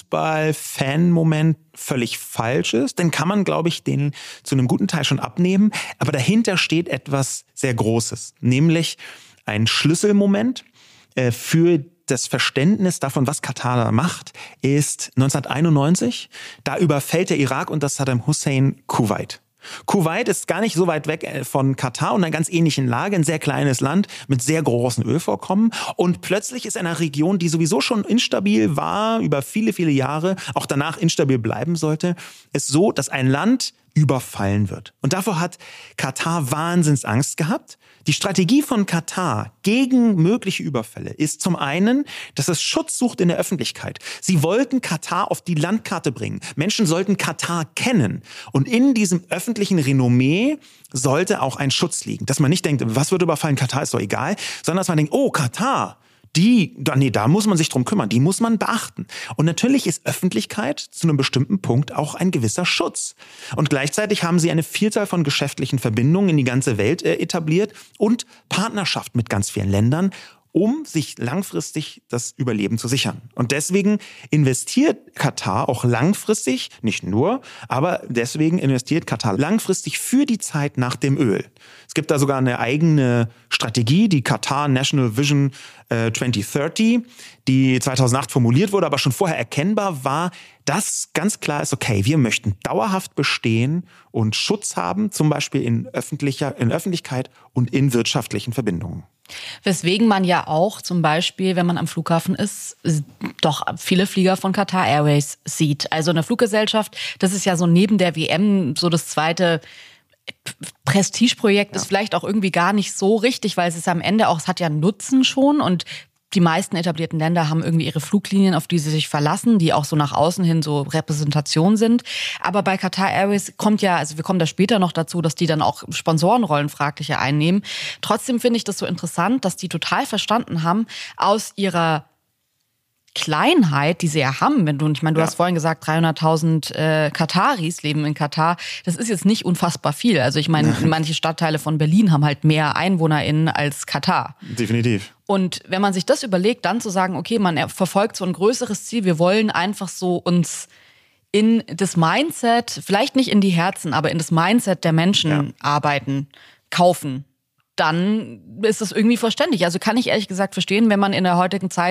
Fußball-Fan-Moment völlig falsch ist. Den kann man, glaube ich, den zu einem guten Teil schon abnehmen. Aber dahinter steht etwas sehr Großes, nämlich ein Schlüsselmoment äh, für das Verständnis davon, was Katar da macht, ist neunzehnhunderteinundneunzig. Da überfällt der Irak unter Saddam Hussein Kuwait. Kuwait ist gar nicht so weit weg von Katar und einer ganz ähnlichen Lage, ein sehr kleines Land mit sehr großen Ölvorkommen. Und plötzlich ist eine Region, die sowieso schon instabil war, über viele, viele Jahre, auch danach instabil bleiben sollte, ist so, dass ein Land überfallen wird. Und davor hat Katar Wahnsinnsangst gehabt. Die Strategie von Katar gegen mögliche Überfälle ist zum einen, dass es Schutz sucht in der Öffentlichkeit. Sie wollten Katar auf die Landkarte bringen. Menschen sollten Katar kennen. Und in diesem öffentlichen Renommee sollte auch ein Schutz liegen. Dass man nicht denkt, was wird überfallen, Katar ist doch egal, sondern dass man denkt, oh, Katar, Die, nee, da muss man sich drum kümmern, die muss man beachten. Und natürlich ist Öffentlichkeit zu einem bestimmten Punkt auch ein gewisser Schutz. Und gleichzeitig haben sie eine Vielzahl von geschäftlichen Verbindungen in die ganze Welt äh, etabliert und Partnerschaft mit ganz vielen Ländern, um sich langfristig das Überleben zu sichern. Und deswegen investiert Katar auch langfristig, nicht nur, aber deswegen investiert Katar langfristig für die Zeit nach dem Öl. Es gibt da sogar eine eigene Strategie, die Qatar National Vision äh, zwanzig dreißig, die zweitausendacht formuliert wurde, aber schon vorher erkennbar war, dass ganz klar ist, okay, wir möchten dauerhaft bestehen und Schutz haben, zum Beispiel in öffentlicher, in Öffentlichkeit und in wirtschaftlichen Verbindungen. Weswegen man ja auch zum Beispiel, wenn man am Flughafen ist, doch viele Flieger von Qatar Airways sieht. Also eine Fluggesellschaft, das ist ja so neben der W M so das zweite Prestigeprojekt, ja. Ist vielleicht auch irgendwie gar nicht so richtig, weil es ist am Ende auch, es hat ja einen Nutzen schon und die meisten etablierten Länder haben irgendwie ihre Fluglinien, auf die sie sich verlassen, die auch so nach außen hin so Repräsentation sind. Aber bei Qatar Airways kommt ja, also wir kommen da später noch dazu, dass die dann auch Sponsorenrollen fragliche einnehmen. Trotzdem finde ich das so interessant, dass die total verstanden haben, aus ihrer Kleinheit, die sie ja haben, wenn du, ich meine, du ja. hast vorhin gesagt, dreihunderttausend äh, Kataris leben in Katar. Das ist jetzt nicht unfassbar viel. Also ich meine, manche Stadtteile von Berlin haben halt mehr EinwohnerInnen als Katar. Definitiv. Und wenn man sich das überlegt, dann zu sagen, okay, man verfolgt so ein größeres Ziel, wir wollen einfach so uns in das Mindset, vielleicht nicht in die Herzen, aber in das Mindset der Menschen ja. arbeiten, kaufen, dann ist das irgendwie verständlich. Also kann ich ehrlich gesagt verstehen, wenn man in der heutigen Zeit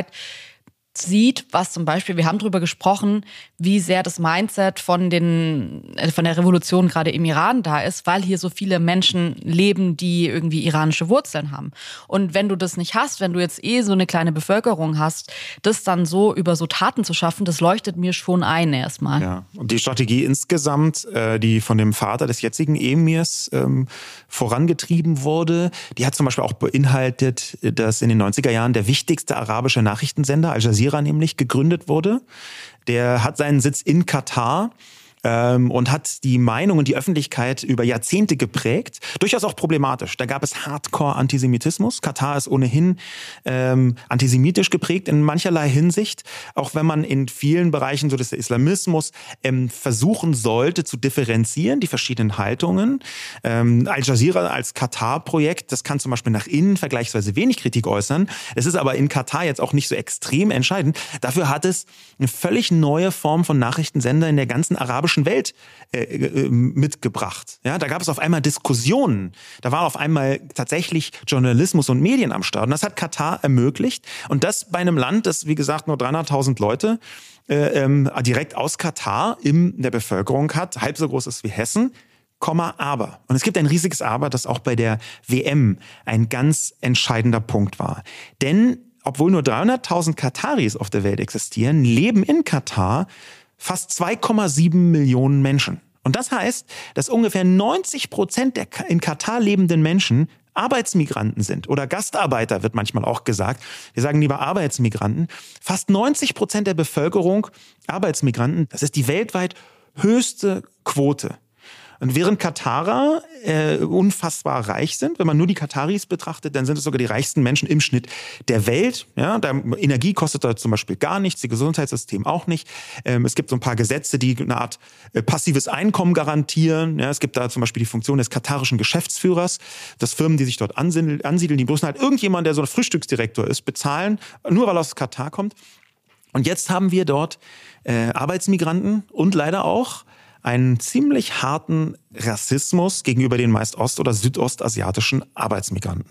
sieht, was zum Beispiel, wir haben drüber gesprochen, wie sehr das Mindset von den von der Revolution gerade im Iran da ist, weil hier so viele Menschen leben, die irgendwie iranische Wurzeln haben. Und wenn du das nicht hast, wenn du jetzt eh so eine kleine Bevölkerung hast, das dann so über so Taten zu schaffen, das leuchtet mir schon ein erstmal. Ja, und die Strategie insgesamt, äh, die von dem Vater des jetzigen Emirs ähm, vorangetrieben wurde, die hat zum Beispiel auch beinhaltet, dass in den neunziger Jahren der wichtigste arabische Nachrichtensender, Al Jazeera nämlich, gegründet wurde. Der hat seinen Sitz in Katar ähm, und hat die Meinung und die Öffentlichkeit über Jahrzehnte geprägt. Durchaus auch problematisch. Da gab es Hardcore-Antisemitismus. Katar ist ohnehin ähm, antisemitisch geprägt in mancherlei Hinsicht, auch wenn man in vielen Bereichen so des Islamismus ähm, versuchen sollte zu differenzieren, die verschiedenen Haltungen. Ähm, Al Jazeera als Katar-Projekt, das kann zum Beispiel nach innen vergleichsweise wenig Kritik äußern. Es ist aber in Katar jetzt auch nicht so extrem entscheidend. Dafür hat es eine völlig neue Form von Nachrichtensender in der ganzen arabischen Welt äh, äh, mitgebracht. Ja, da gab es auf einmal Diskussionen. Da war auf einmal tatsächlich Journalismus und Medien am Start. Und das hat Katar ermöglicht. Und das bei einem Land, das, wie gesagt, nur dreihunderttausend Leute äh, ähm, direkt aus Katar in der Bevölkerung hat, halb so groß ist wie Hessen. Komma, aber. Und es gibt ein riesiges Aber, das auch bei der W M ein ganz entscheidender Punkt war. Denn obwohl nur dreihunderttausend Kataris auf der Welt existieren, leben in Katar fast zwei Komma sieben Millionen Menschen. Und das heißt, dass ungefähr neunzig Prozent der in Katar lebenden Menschen Arbeitsmigranten sind oder Gastarbeiter, wird manchmal auch gesagt. Wir sagen lieber Arbeitsmigranten. Fast neunzig Prozent der Bevölkerung Arbeitsmigranten. Das ist die weltweit höchste Quote. Und während Katarer äh, unfassbar reich sind, wenn man nur die Kataris betrachtet, dann sind es sogar die reichsten Menschen im Schnitt der Welt. Ja, da, Energie kostet da zum Beispiel gar nichts, das Gesundheitssystem auch nicht. Ähm, es gibt so ein paar Gesetze, die eine Art äh, passives Einkommen garantieren. Ja, es gibt da zum Beispiel die Funktion des katarischen Geschäftsführers, dass Firmen, die sich dort ansiedeln, ansiedeln die müssen halt irgendjemand, der so ein Frühstücksdirektor ist, bezahlen, nur weil er aus Katar kommt. Und jetzt haben wir dort äh, Arbeitsmigranten und leider auch einen ziemlich harten Rassismus gegenüber den meist ost- oder südostasiatischen Arbeitsmigranten.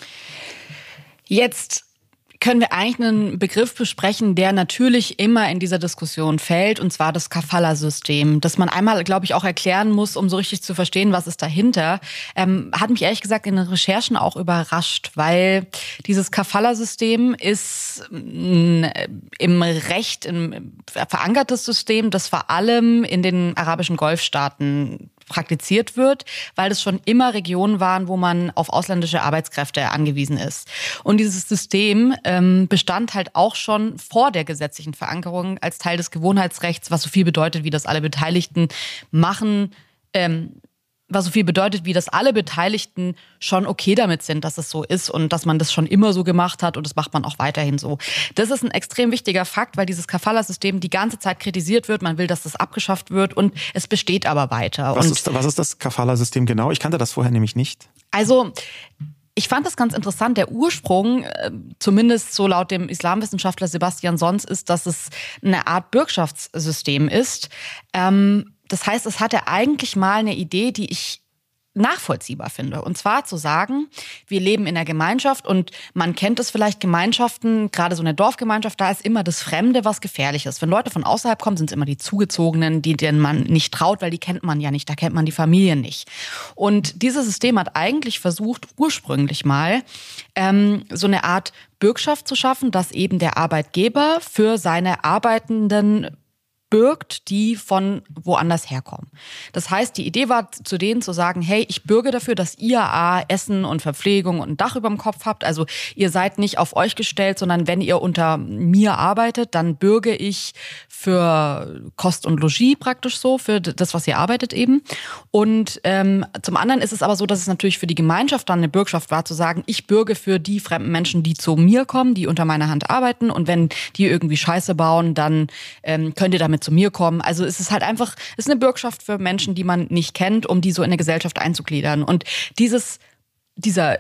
Jetzt können wir eigentlich einen Begriff besprechen, der natürlich immer in dieser Diskussion fällt, und zwar das Kafala-System, das man einmal, glaube ich, auch erklären muss, um so richtig zu verstehen, was ist dahinter. Ähm, hat mich ehrlich gesagt in den Recherchen auch überrascht, weil dieses Kafala-System ist mh, im Recht ein verankertes System, das vor allem in den arabischen Golfstaaten praktiziert wird, weil es schon immer Regionen waren, wo man auf ausländische Arbeitskräfte angewiesen ist. Und dieses System ähm, bestand halt auch schon vor der gesetzlichen Verankerung als Teil des Gewohnheitsrechts, was so viel bedeutet, wie das alle Beteiligten machen, ähm, was so viel bedeutet, wie das alle Beteiligten schon okay damit sind, dass es so ist und dass man das schon immer so gemacht hat und das macht man auch weiterhin so. Das ist ein extrem wichtiger Fakt, weil dieses Kafala-System die ganze Zeit kritisiert wird. Man will, dass das abgeschafft wird und es besteht aber weiter. Was, und ist, was ist das Kafala-System genau? Ich kannte das vorher nämlich nicht. Also ich fand das ganz interessant. Der Ursprung, zumindest so laut dem Islamwissenschaftler Sebastian Sons, ist, dass es eine Art Bürgschaftssystem ist. Ähm, Das heißt, es hatte eigentlich mal eine Idee, die ich nachvollziehbar finde. Und zwar zu sagen, wir leben in der Gemeinschaft und man kennt es vielleicht, Gemeinschaften, gerade so eine Dorfgemeinschaft, da ist immer das Fremde was Gefährliches. Wenn Leute von außerhalb kommen, sind es immer die Zugezogenen, die denen man nicht traut, weil die kennt man ja nicht, da kennt man die Familie nicht. Und dieses System hat eigentlich versucht, ursprünglich mal ähm, so eine Art Bürgschaft zu schaffen, dass eben der Arbeitgeber für seine Arbeitenden bürgt, die von woanders herkommen. Das heißt, die Idee war zu denen zu sagen, hey, ich bürge dafür, dass ihr A, Essen und Verpflegung und ein Dach über dem Kopf habt. Also ihr seid nicht auf euch gestellt, sondern wenn ihr unter mir arbeitet, dann bürge ich für Kost und Logis praktisch so, für das, was ihr arbeitet eben. Und ähm, zum anderen ist es aber so, dass es natürlich für die Gemeinschaft dann eine Bürgschaft war, zu sagen, ich bürge für die fremden Menschen, die zu mir kommen, die unter meiner Hand arbeiten. Und wenn die irgendwie Scheiße bauen, dann ähm, könnt ihr damit zu mir kommen. Also es ist halt einfach, es ist eine Bürgschaft für Menschen, die man nicht kennt, um die so in eine Gesellschaft einzugliedern. Und dieses, dieser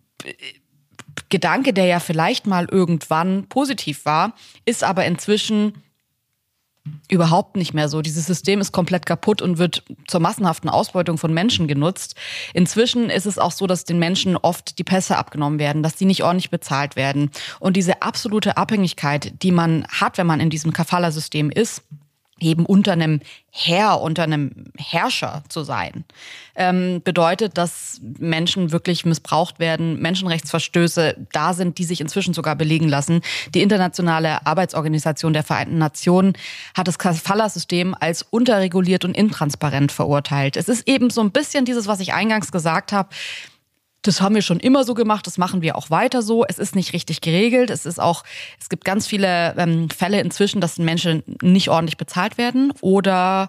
Gedanke, der ja vielleicht mal irgendwann positiv war, ist aber inzwischen überhaupt nicht mehr so. Dieses System ist komplett kaputt und wird zur massenhaften Ausbeutung von Menschen genutzt. Inzwischen ist es auch so, dass den Menschen oft die Pässe abgenommen werden, dass die nicht ordentlich bezahlt werden. Und diese absolute Abhängigkeit, die man hat, wenn man in diesem Kafala-System ist, eben unter einem Herr, unter einem Herrscher zu sein, ähm, bedeutet, dass Menschen wirklich missbraucht werden, Menschenrechtsverstöße da sind, die sich inzwischen sogar belegen lassen. Die Internationale Arbeitsorganisation der Vereinten Nationen hat das Kafala-System als unterreguliert und intransparent verurteilt. Es ist eben so ein bisschen dieses, was ich eingangs gesagt habe, das haben wir schon immer so gemacht, das machen wir auch weiter so. Es ist nicht richtig geregelt. Es ist auch, es gibt ganz viele ähm, Fälle inzwischen, dass Menschen nicht ordentlich bezahlt werden oder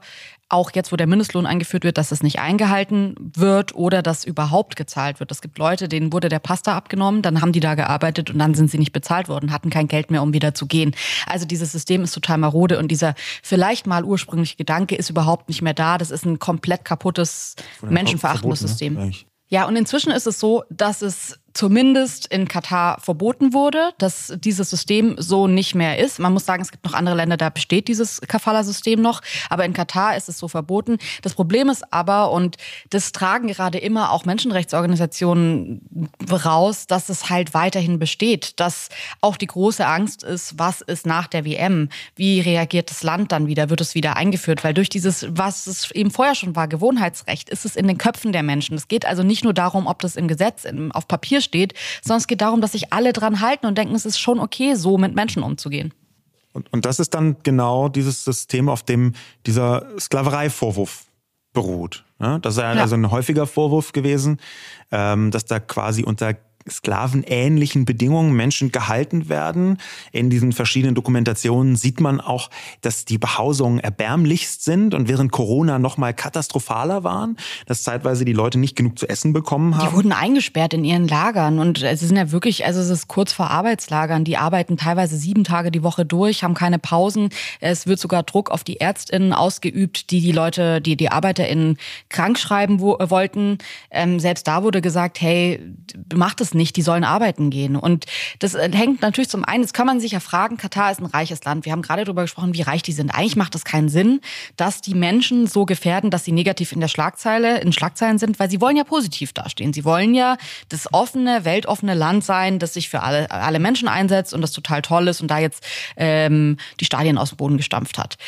auch jetzt, wo der Mindestlohn eingeführt wird, dass es nicht eingehalten wird oder dass überhaupt gezahlt wird. Es gibt Leute, denen wurde der Pass da abgenommen, dann haben die da gearbeitet und dann sind sie nicht bezahlt worden, hatten kein Geld mehr, um wieder zu gehen. Also dieses System ist total marode und dieser vielleicht mal ursprüngliche Gedanke ist überhaupt nicht mehr da. Das ist ein komplett kaputtes, menschenverachtendes System. Ne? Ja, und inzwischen ist es so, dass es zumindest in Katar verboten wurde, dass dieses System so nicht mehr ist. Man muss sagen, es gibt noch andere Länder, da besteht dieses Kafala-System noch, aber in Katar ist es so verboten. Das Problem ist aber, und das tragen gerade immer auch Menschenrechtsorganisationen raus, dass es halt weiterhin besteht, dass auch die große Angst ist, was ist nach der W M? Wie reagiert das Land dann wieder? Wird es wieder eingeführt? Weil durch dieses, was es eben vorher schon war, Gewohnheitsrecht, ist es in den Köpfen der Menschen. Es geht also nicht nur darum, ob das im Gesetz, auf Papier steht, steht, sondern es geht darum, dass sich alle dran halten und denken, es ist schon okay, so mit Menschen umzugehen. Und, und das ist dann genau dieses System, auf dem dieser Sklavereivorwurf beruht. Ja, das ist ja, ja also ein häufiger Vorwurf gewesen, ähm, dass da quasi unter sklavenähnlichen Bedingungen Menschen gehalten werden. In diesen verschiedenen Dokumentationen sieht man auch, dass die Behausungen erbärmlichst sind und während Corona noch mal katastrophaler waren, dass zeitweise die Leute nicht genug zu essen bekommen haben. Die wurden eingesperrt in ihren Lagern und es sind ja wirklich, also es ist kurz vor Arbeitslagern. Die arbeiten teilweise sieben Tage die Woche durch, haben keine Pausen. Es wird sogar Druck auf die ÄrztInnen ausgeübt, die die Leute, die die ArbeiterInnen krank schreiben wo, wollten. Ähm, selbst da wurde gesagt, hey, macht es nicht. nicht, die sollen arbeiten gehen. Und das hängt natürlich zum einen, jetzt kann man sich ja fragen, Katar ist ein reiches Land. Wir haben gerade darüber gesprochen, wie reich die sind. Eigentlich macht das keinen Sinn, dass die Menschen so gefährden, dass sie negativ in der Schlagzeile, in Schlagzeilen sind, weil sie wollen ja positiv dastehen. Sie wollen ja das offene, weltoffene Land sein, das sich für alle, alle Menschen einsetzt und das total toll ist und da jetzt ähm, die Stadien aus dem Boden gestampft hat.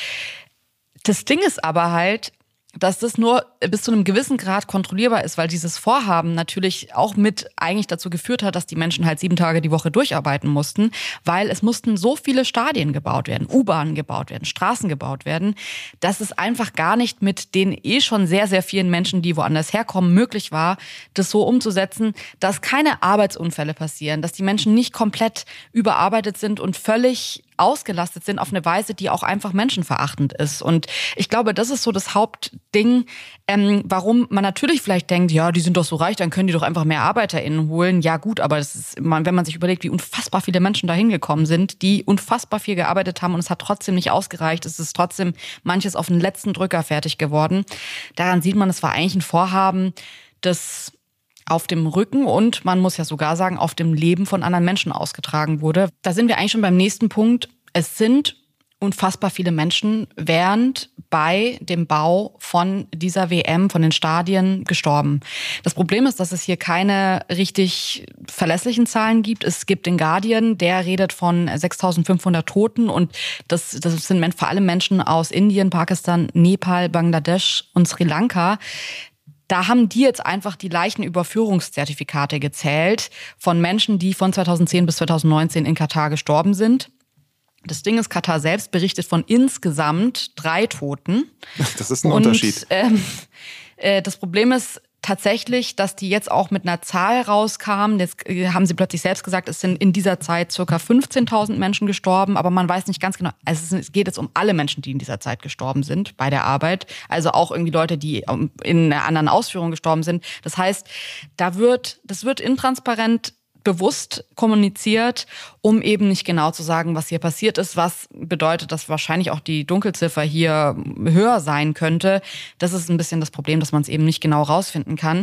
Das Ding ist aber halt, dass das nur bis zu einem gewissen Grad kontrollierbar ist, weil dieses Vorhaben natürlich auch mit eigentlich dazu geführt hat, dass die Menschen halt sieben Tage die Woche durcharbeiten mussten, weil es mussten so viele Stadien gebaut werden, U-Bahnen gebaut werden, Straßen gebaut werden, dass es einfach gar nicht mit den eh schon sehr, sehr vielen Menschen, die woanders herkommen, möglich war, das so umzusetzen, dass keine Arbeitsunfälle passieren, dass die Menschen nicht komplett überarbeitet sind und völlig ausgelastet sind auf eine Weise, die auch einfach menschenverachtend ist. Und ich glaube, das ist so das Hauptding, ähm, warum man natürlich vielleicht denkt, ja, die sind doch so reich, dann können die doch einfach mehr ArbeiterInnen holen. Ja gut, aber das ist, wenn man sich überlegt, wie unfassbar viele Menschen da hingekommen sind, die unfassbar viel gearbeitet haben und es hat trotzdem nicht ausgereicht. Es ist trotzdem manches auf den letzten Drücker fertig geworden. Daran sieht man, es war eigentlich ein Vorhaben, das auf dem Rücken und man muss ja sogar sagen, auf dem Leben von anderen Menschen ausgetragen wurde. Da sind wir eigentlich schon beim nächsten Punkt. Es sind unfassbar viele Menschen während bei dem Bau von dieser W M, von den Stadien gestorben. Das Problem ist, dass es hier keine richtig verlässlichen Zahlen gibt. Es gibt den Guardian, der redet von sechstausendfünfhundert Toten und das, das sind vor allem Menschen aus Indien, Pakistan, Nepal, Bangladesch und Sri Lanka. Da haben die jetzt einfach die Leichenüberführungszertifikate gezählt von Menschen, die von zweitausendzehn bis zweitausendneunzehn in Katar gestorben sind. Das Ding ist, Katar selbst berichtet von insgesamt drei Toten. Das ist ein Und, Unterschied. Ähm, äh, das Problem ist tatsächlich, dass die jetzt auch mit einer Zahl rauskamen. Jetzt haben sie plötzlich selbst gesagt, es sind in dieser Zeit circa fünfzehntausend Menschen gestorben, aber man weiß nicht ganz genau. Also es geht jetzt um alle Menschen, die in dieser Zeit gestorben sind bei der Arbeit. Also auch irgendwie Leute, die in einer anderen Ausführung gestorben sind. Das heißt, da wird, das wird intransparent bewusst kommuniziert, um eben nicht genau zu sagen, was hier passiert ist, was bedeutet, dass wahrscheinlich auch die Dunkelziffer hier höher sein könnte. Das ist ein bisschen das Problem, dass man es eben nicht genau rausfinden kann.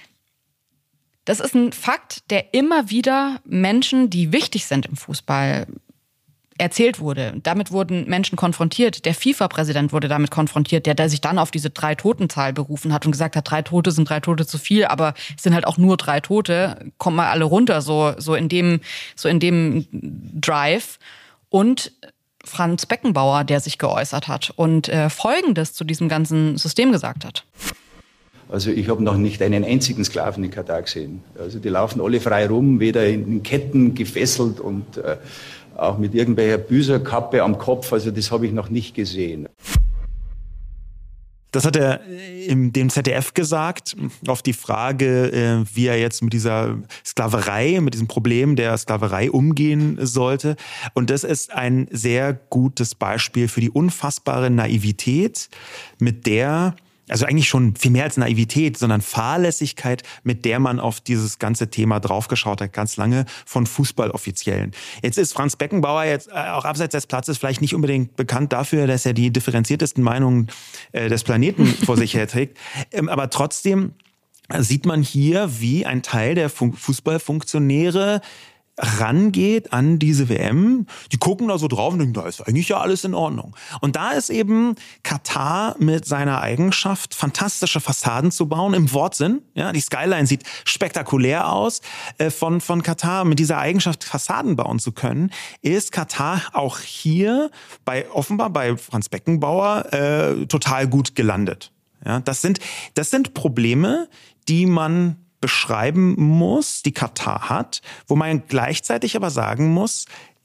Das ist ein Fakt, der immer wieder Menschen, die wichtig sind im Fußball, erzählt wurde. Damit wurden Menschen konfrontiert. Der FIFA-Präsident wurde damit konfrontiert, der, der sich dann auf diese Drei-Toten-Zahl berufen hat und gesagt hat, drei Tote sind drei Tote zu viel, aber es sind halt auch nur drei Tote. Kommen mal alle runter, so, so in dem, so in dem Drive. Und Franz Beckenbauer, der sich geäußert hat und äh, Folgendes zu diesem ganzen System gesagt hat. Also ich habe noch nicht einen einzigen Sklaven in Katar gesehen. Also die laufen alle frei rum, weder in Ketten gefesselt und äh, auch mit irgendwelcher Büßerkappe am Kopf, also das habe ich noch nicht gesehen. Das hat er im dem Z D F gesagt, auf die Frage, wie er jetzt mit dieser Sklaverei, mit diesem Problem der Sklaverei umgehen sollte. Und das ist ein sehr gutes Beispiel für die unfassbare Naivität, mit der, also eigentlich schon viel mehr als Naivität, sondern Fahrlässigkeit, mit der man auf dieses ganze Thema draufgeschaut hat, ganz lange von Fußballoffiziellen. Jetzt ist Franz Beckenbauer jetzt auch abseits des Platzes vielleicht nicht unbedingt bekannt dafür, dass er die differenziertesten Meinungen des Planeten vor sich herträgt. Aber trotzdem sieht man hier, wie ein Teil der Fußballfunktionäre rangeht an diese W M. Die gucken da so drauf und denken, da ist eigentlich ja alles in Ordnung. Und da ist eben Katar mit seiner Eigenschaft, fantastische Fassaden zu bauen, im Wortsinn. Ja, die Skyline sieht spektakulär aus. Äh, von, von Katar mit dieser Eigenschaft, Fassaden bauen zu können, ist Katar auch hier bei, offenbar bei Franz Beckenbauer, äh, total gut gelandet. Ja, das sind, das sind Probleme, die man beschreiben muss, die Katar hat, wo man gleichzeitig aber sagen muss,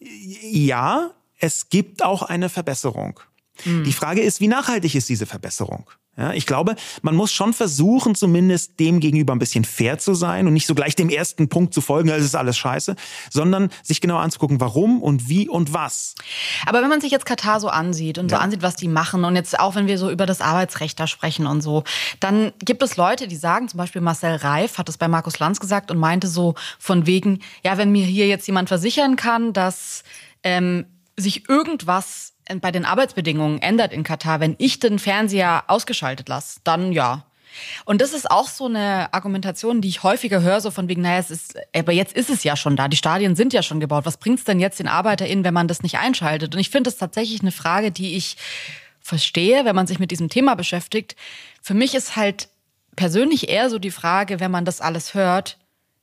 ja, es gibt auch eine Verbesserung. Mhm. Die Frage ist, wie nachhaltig ist diese Verbesserung? Ja, ich glaube, man muss schon versuchen, zumindest dem gegenüber ein bisschen fair zu sein und nicht so gleich dem ersten Punkt zu folgen, es ist alles scheiße, sondern sich genau anzugucken, warum und wie und was. Aber wenn man sich jetzt Katar so ansieht und ja. so ansieht, was die machen und jetzt auch, wenn wir so über das Arbeitsrecht da sprechen und so, dann gibt es Leute, die sagen, zum Beispiel Marcel Reif hat es bei Markus Lanz gesagt und meinte so von wegen, ja, wenn mir hier jetzt jemand versichern kann, dass ähm, sich irgendwas bei den Arbeitsbedingungen ändert in Katar, wenn ich den Fernseher ausgeschaltet lasse, dann ja. Und das ist auch so eine Argumentation, die ich häufiger höre, so von wegen, naja, es ist, aber jetzt ist es ja schon da, die Stadien sind ja schon gebaut. Was bringt's denn jetzt den ArbeiterInnen, wenn man das nicht einschaltet? Und ich finde das tatsächlich eine Frage, die ich verstehe, wenn man sich mit diesem Thema beschäftigt. Für mich ist halt persönlich eher so die Frage, wenn man das alles hört,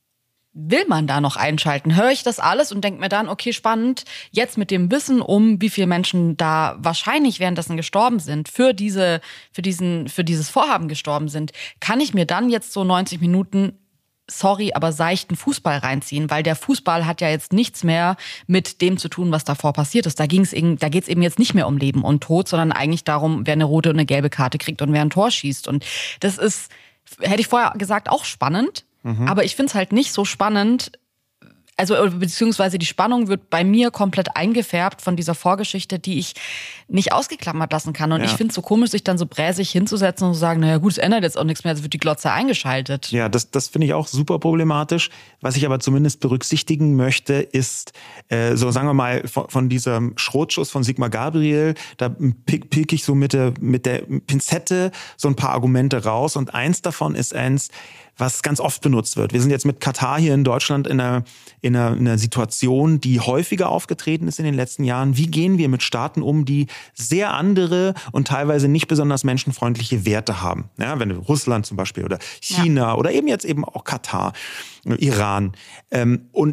will man da noch einschalten? Höre ich das alles und denke mir dann, okay, spannend, jetzt mit dem Wissen um, wie viele Menschen da wahrscheinlich währenddessen gestorben sind, für diese, für diesen, für dieses Vorhaben gestorben sind, kann ich mir dann jetzt so neunzig Minuten, sorry, aber seichten Fußball reinziehen, weil der Fußball hat ja jetzt nichts mehr mit dem zu tun, was davor passiert ist. Da ging's eben, da geht's eben jetzt nicht mehr um Leben und Tod, sondern eigentlich darum, wer eine rote und eine gelbe Karte kriegt und wer ein Tor schießt. Und das ist, hätte ich vorher gesagt, auch spannend. Mhm. Aber ich finde es halt nicht so spannend, also beziehungsweise die Spannung wird bei mir komplett eingefärbt von dieser Vorgeschichte, die ich nicht ausgeklammert lassen kann. Und ja. ich finde es so komisch, sich dann so bräsig hinzusetzen und zu sagen, naja gut, es ändert jetzt auch nichts mehr, also wird die Glotze eingeschaltet. Ja, das, das finde ich auch super problematisch. Was ich aber zumindest berücksichtigen möchte, ist, äh, so sagen wir mal, von, von diesem Schrotschuss von Sigmar Gabriel, da pick, pick ich so mit der, mit der Pinzette so ein paar Argumente raus. Und eins davon ist eins, was ganz oft benutzt wird. Wir sind jetzt mit Katar hier in Deutschland in einer, in einer, in einer Situation, die häufiger aufgetreten ist in den letzten Jahren. Wie gehen wir mit Staaten um, die sehr andere und teilweise nicht besonders menschenfreundliche Werte haben? Ja, wenn Russland zum Beispiel oder China ja. oder eben jetzt eben auch Katar, Iran. Und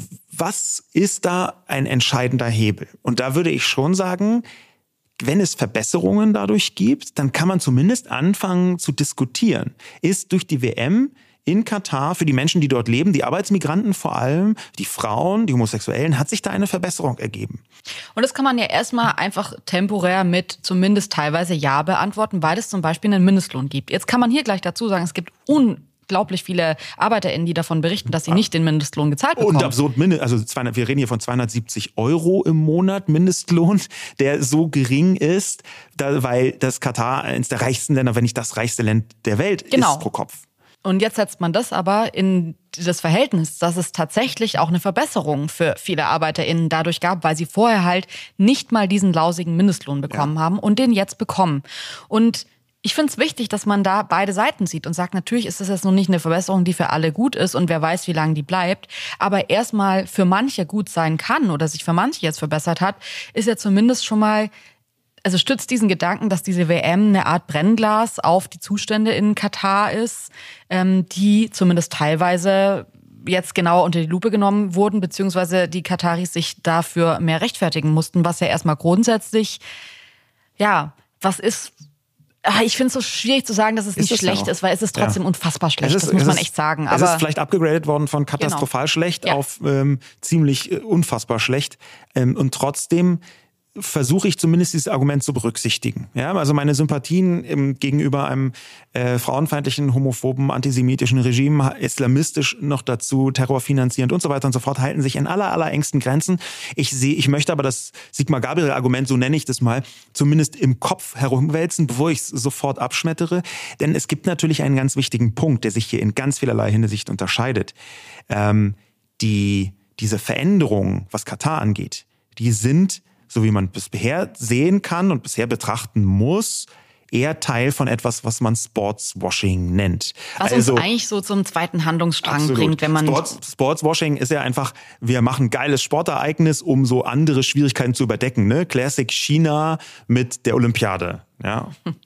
was ist da ein entscheidender Hebel? Und da würde ich schon sagen, wenn es Verbesserungen dadurch gibt, dann kann man zumindest anfangen zu diskutieren. Ist durch die W M in Katar für die Menschen, die dort leben, die Arbeitsmigranten vor allem, die Frauen, die Homosexuellen, hat sich da eine Verbesserung ergeben? Und das kann man ja erstmal einfach temporär mit zumindest teilweise Ja beantworten, weil es zum Beispiel einen Mindestlohn gibt. Jetzt kann man hier gleich dazu sagen, es gibt un unglaublich viele ArbeiterInnen, die davon berichten, dass sie nicht den Mindestlohn gezahlt bekommen. Und absurd, also zweihundert, wir reden hier von zweihundertsiebzig Euro im Monat Mindestlohn, der so gering ist, da, weil das Katar eines der reichsten Länder, wenn nicht das reichste Land der Welt genau. ist pro Kopf. Und jetzt setzt man das aber in das Verhältnis, dass es tatsächlich auch eine Verbesserung für viele ArbeiterInnen dadurch gab, weil sie vorher halt nicht mal diesen lausigen Mindestlohn bekommen ja. haben und den jetzt bekommen. Und ich finde es wichtig, dass man da beide Seiten sieht und sagt, natürlich ist das jetzt noch nicht eine Verbesserung, die für alle gut ist und wer weiß, wie lange die bleibt, aber erstmal für manche gut sein kann oder sich für manche jetzt verbessert hat, ist ja zumindest schon mal, also stützt diesen Gedanken, dass diese W M eine Art Brennglas auf die Zustände in Katar ist, ähm, die zumindest teilweise jetzt genauer unter die Lupe genommen wurden, beziehungsweise die Kataris sich dafür mehr rechtfertigen mussten, was ja erstmal grundsätzlich, ja, was ist... Ich finde es so schwierig zu sagen, dass es ist nicht schlecht ja ist, weil es ist trotzdem ja. unfassbar schlecht, ist, das muss man echt sagen. Aber es ist vielleicht abgegradet worden von katastrophal genau. schlecht ja. auf ähm, ziemlich äh, unfassbar schlecht. Ähm, und trotzdem versuche ich zumindest dieses Argument zu berücksichtigen. Ja, also meine Sympathien im, gegenüber einem äh, frauenfeindlichen, homophoben, antisemitischen Regime, islamistisch noch dazu, terrorfinanzierend und so weiter und so fort, halten sich in aller, aller engsten Grenzen. Ich sehe, ich möchte aber das Sigmar-Gabriel-Argument, so nenne ich das mal, zumindest im Kopf herumwälzen, bevor ich es sofort abschmettere. Denn es gibt natürlich einen ganz wichtigen Punkt, der sich hier in ganz vielerlei Hinsicht unterscheidet. Ähm, die, diese Veränderungen, was Katar angeht, die sind, so wie man bisher sehen kann und bisher betrachten muss, eher Teil von etwas, was man Sportswashing nennt. Was also, uns eigentlich so zum zweiten Handlungsstrang absolut. bringt, wenn man... Sports, Sportswashing ist ja einfach, wir machen ein geiles Sportereignis, um so andere Schwierigkeiten zu überdecken. Ne? Classic China mit der Olympiade. Ja.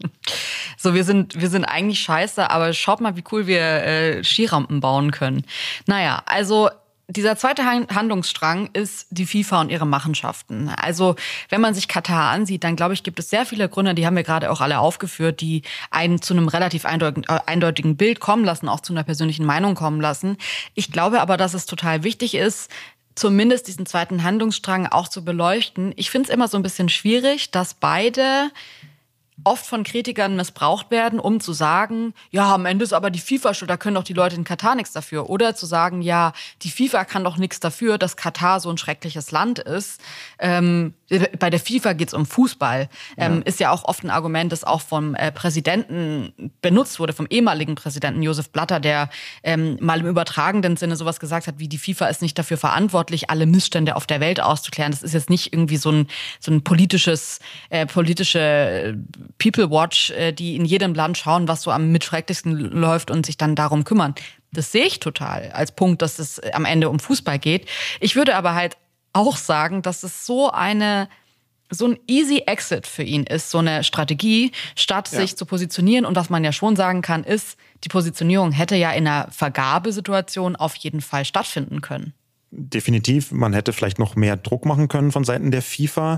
So, wir sind, wir sind eigentlich scheiße, aber schaut mal, wie cool wir äh, Skirampen bauen können. Naja, also... Dieser zweite Handlungsstrang ist die FIFA und ihre Machenschaften. Also wenn man sich Katar ansieht, dann glaube ich, gibt es sehr viele Gründe, die haben wir gerade auch alle aufgeführt, die einen zu einem relativ eindeutigen Bild kommen lassen, auch zu einer persönlichen Meinung kommen lassen. Ich glaube aber, dass es total wichtig ist, zumindest diesen zweiten Handlungsstrang auch zu beleuchten. Ich finde es immer so ein bisschen schwierig, dass beide oft von Kritikern missbraucht werden, um zu sagen, ja, am Ende ist aber die FIFA schuld, da können doch die Leute in Katar nichts dafür. Oder zu sagen, ja, die FIFA kann doch nichts dafür, dass Katar so ein schreckliches Land ist. Ähm, bei der FIFA geht's um Fußball. Ähm, ja. Ist ja auch oft ein Argument, das auch vom äh, Präsidenten benutzt wurde, vom ehemaligen Präsidenten Josef Blatter, der ähm, mal im übertragenen Sinne sowas gesagt hat, wie die FIFA ist nicht dafür verantwortlich, alle Missstände auf der Welt auszuklären. Das ist jetzt nicht irgendwie so ein, so ein politisches, äh, politische People Watch, äh, die in jedem Land schauen, was so am mitschrecklichsten läuft und sich dann darum kümmern. Das sehe ich total als Punkt, dass es am Ende um Fußball geht. Ich würde aber halt auch sagen, dass es so eine so ein easy Exit für ihn ist, so eine Strategie, statt ja. sich zu positionieren. Und was man ja schon sagen kann, ist, die Positionierung hätte ja in einer Vergabesituation auf jeden Fall stattfinden können. Definitiv. Man hätte vielleicht noch mehr Druck machen können von Seiten der FIFA.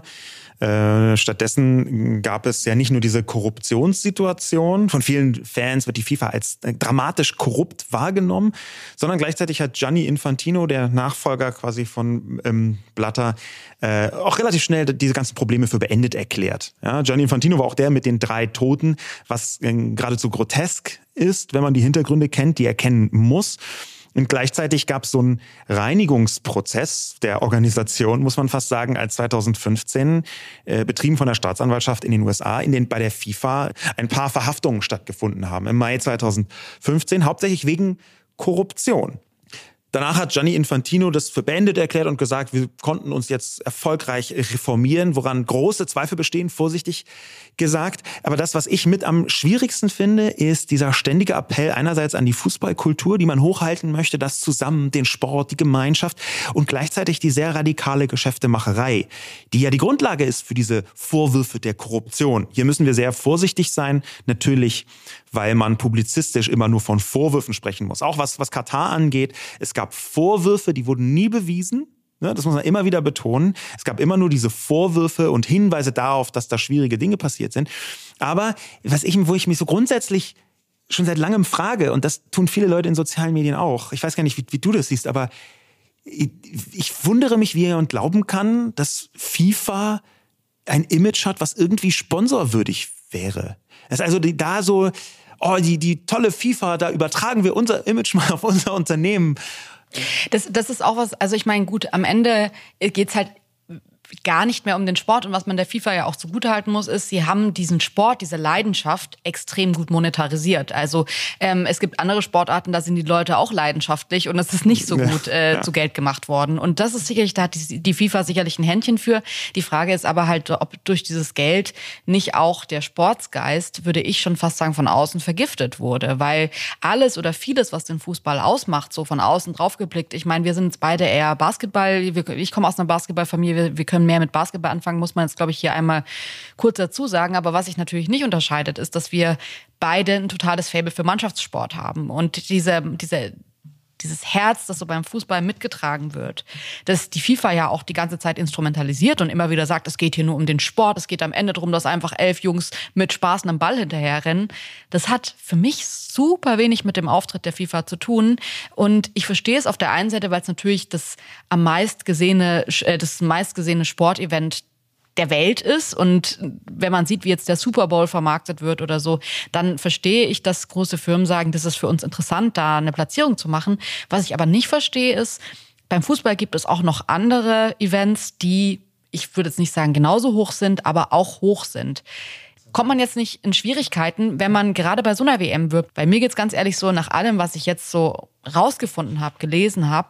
Äh, stattdessen gab es ja nicht nur diese Korruptionssituation. Von vielen Fans wird die FIFA als dramatisch korrupt wahrgenommen, sondern gleichzeitig hat Gianni Infantino, der Nachfolger quasi von ähm, Blatter, äh, auch relativ schnell diese ganzen Probleme für beendet erklärt. Ja, Gianni Infantino war auch der mit den drei Toten, was äh, geradezu grotesk ist, wenn man die Hintergründe kennt, die er kennen muss. Und gleichzeitig gab es so einen Reinigungsprozess der Organisation, muss man fast sagen, als zweitausendfünfzehn, äh, betrieben von der Staatsanwaltschaft in den U S A, in denen bei der FIFA ein paar Verhaftungen stattgefunden haben. Im Mai zweitausendfünfzehn, hauptsächlich wegen Korruption. Danach hat Gianni Infantino das für beendet erklärt und gesagt, wir konnten uns jetzt erfolgreich reformieren, woran große Zweifel bestehen, vorsichtig gesagt. Aber das, was ich mit am schwierigsten finde, ist dieser ständige Appell einerseits an die Fußballkultur, die man hochhalten möchte, das zusammen, den Sport, die Gemeinschaft und gleichzeitig die sehr radikale Geschäftemacherei, die ja die Grundlage ist für diese Vorwürfe der Korruption. Hier müssen wir sehr vorsichtig sein, natürlich, weil man publizistisch immer nur von Vorwürfen sprechen muss. Auch was, was Katar angeht, es gab Vorwürfe, die wurden nie bewiesen. Das muss man immer wieder betonen. Es gab immer nur diese Vorwürfe und Hinweise darauf, dass da schwierige Dinge passiert sind. Aber was ich, wo ich mich so grundsätzlich schon seit langem frage, und das tun viele Leute in sozialen Medien auch, ich weiß gar nicht, wie, wie du das siehst, aber ich, ich wundere mich, wie jemand glauben kann, dass FIFA ein Image hat, was irgendwie sponsorwürdig wäre. Das ist also die, da so, oh, die, die tolle FIFA, da übertragen wir unser Image mal auf unser Unternehmen. Das, das ist auch was, also ich meine, gut, am Ende geht's halt gar nicht mehr um den Sport. Und was man der FIFA ja auch zugutehalten muss, ist, sie haben diesen Sport, diese Leidenschaft extrem gut monetarisiert. Also ähm, es gibt andere Sportarten, da sind die Leute auch leidenschaftlich und es ist nicht so gut äh, ja. zu Geld gemacht worden. Und das ist sicherlich, da hat die, die FIFA sicherlich ein Händchen für. Die Frage ist aber halt, ob durch dieses Geld nicht auch der Sportsgeist, würde ich schon fast sagen, von außen vergiftet wurde. Weil alles oder vieles, was den Fußball ausmacht, so von außen drauf geblickt. Ich meine, wir sind jetzt beide eher Basketball. Ich komme aus einer Basketballfamilie. Wir können mehr mit Basketball anfangen, muss man jetzt, glaube ich, hier einmal kurz dazu sagen. Aber was sich natürlich nicht unterscheidet, ist, dass wir beide ein totales Faible für Mannschaftssport haben. Und diese, diese, dieses Herz, das so beim Fußball mitgetragen wird, dass die FIFA ja auch die ganze Zeit instrumentalisiert und immer wieder sagt, es geht hier nur um den Sport, es geht am Ende darum, dass einfach elf Jungs mit Spaß am Ball hinterherrennen. Das hat für mich super wenig mit dem Auftritt der FIFA zu tun. Und ich verstehe es auf der einen Seite, weil es natürlich das am meist gesehene, das meist gesehene Sportevent der Welt ist. Und wenn man sieht, wie jetzt der Super Bowl vermarktet wird oder so, dann verstehe ich, dass große Firmen sagen, das ist für uns interessant, da eine Platzierung zu machen. Was ich aber nicht verstehe ist, beim Fußball gibt es auch noch andere Events, die, ich würde jetzt nicht sagen genauso hoch sind, aber auch hoch sind. Kommt man jetzt nicht in Schwierigkeiten, wenn man gerade bei so einer W M wirbt? Bei mir geht's ganz ehrlich so, nach allem, was ich jetzt so rausgefunden habe, gelesen habe,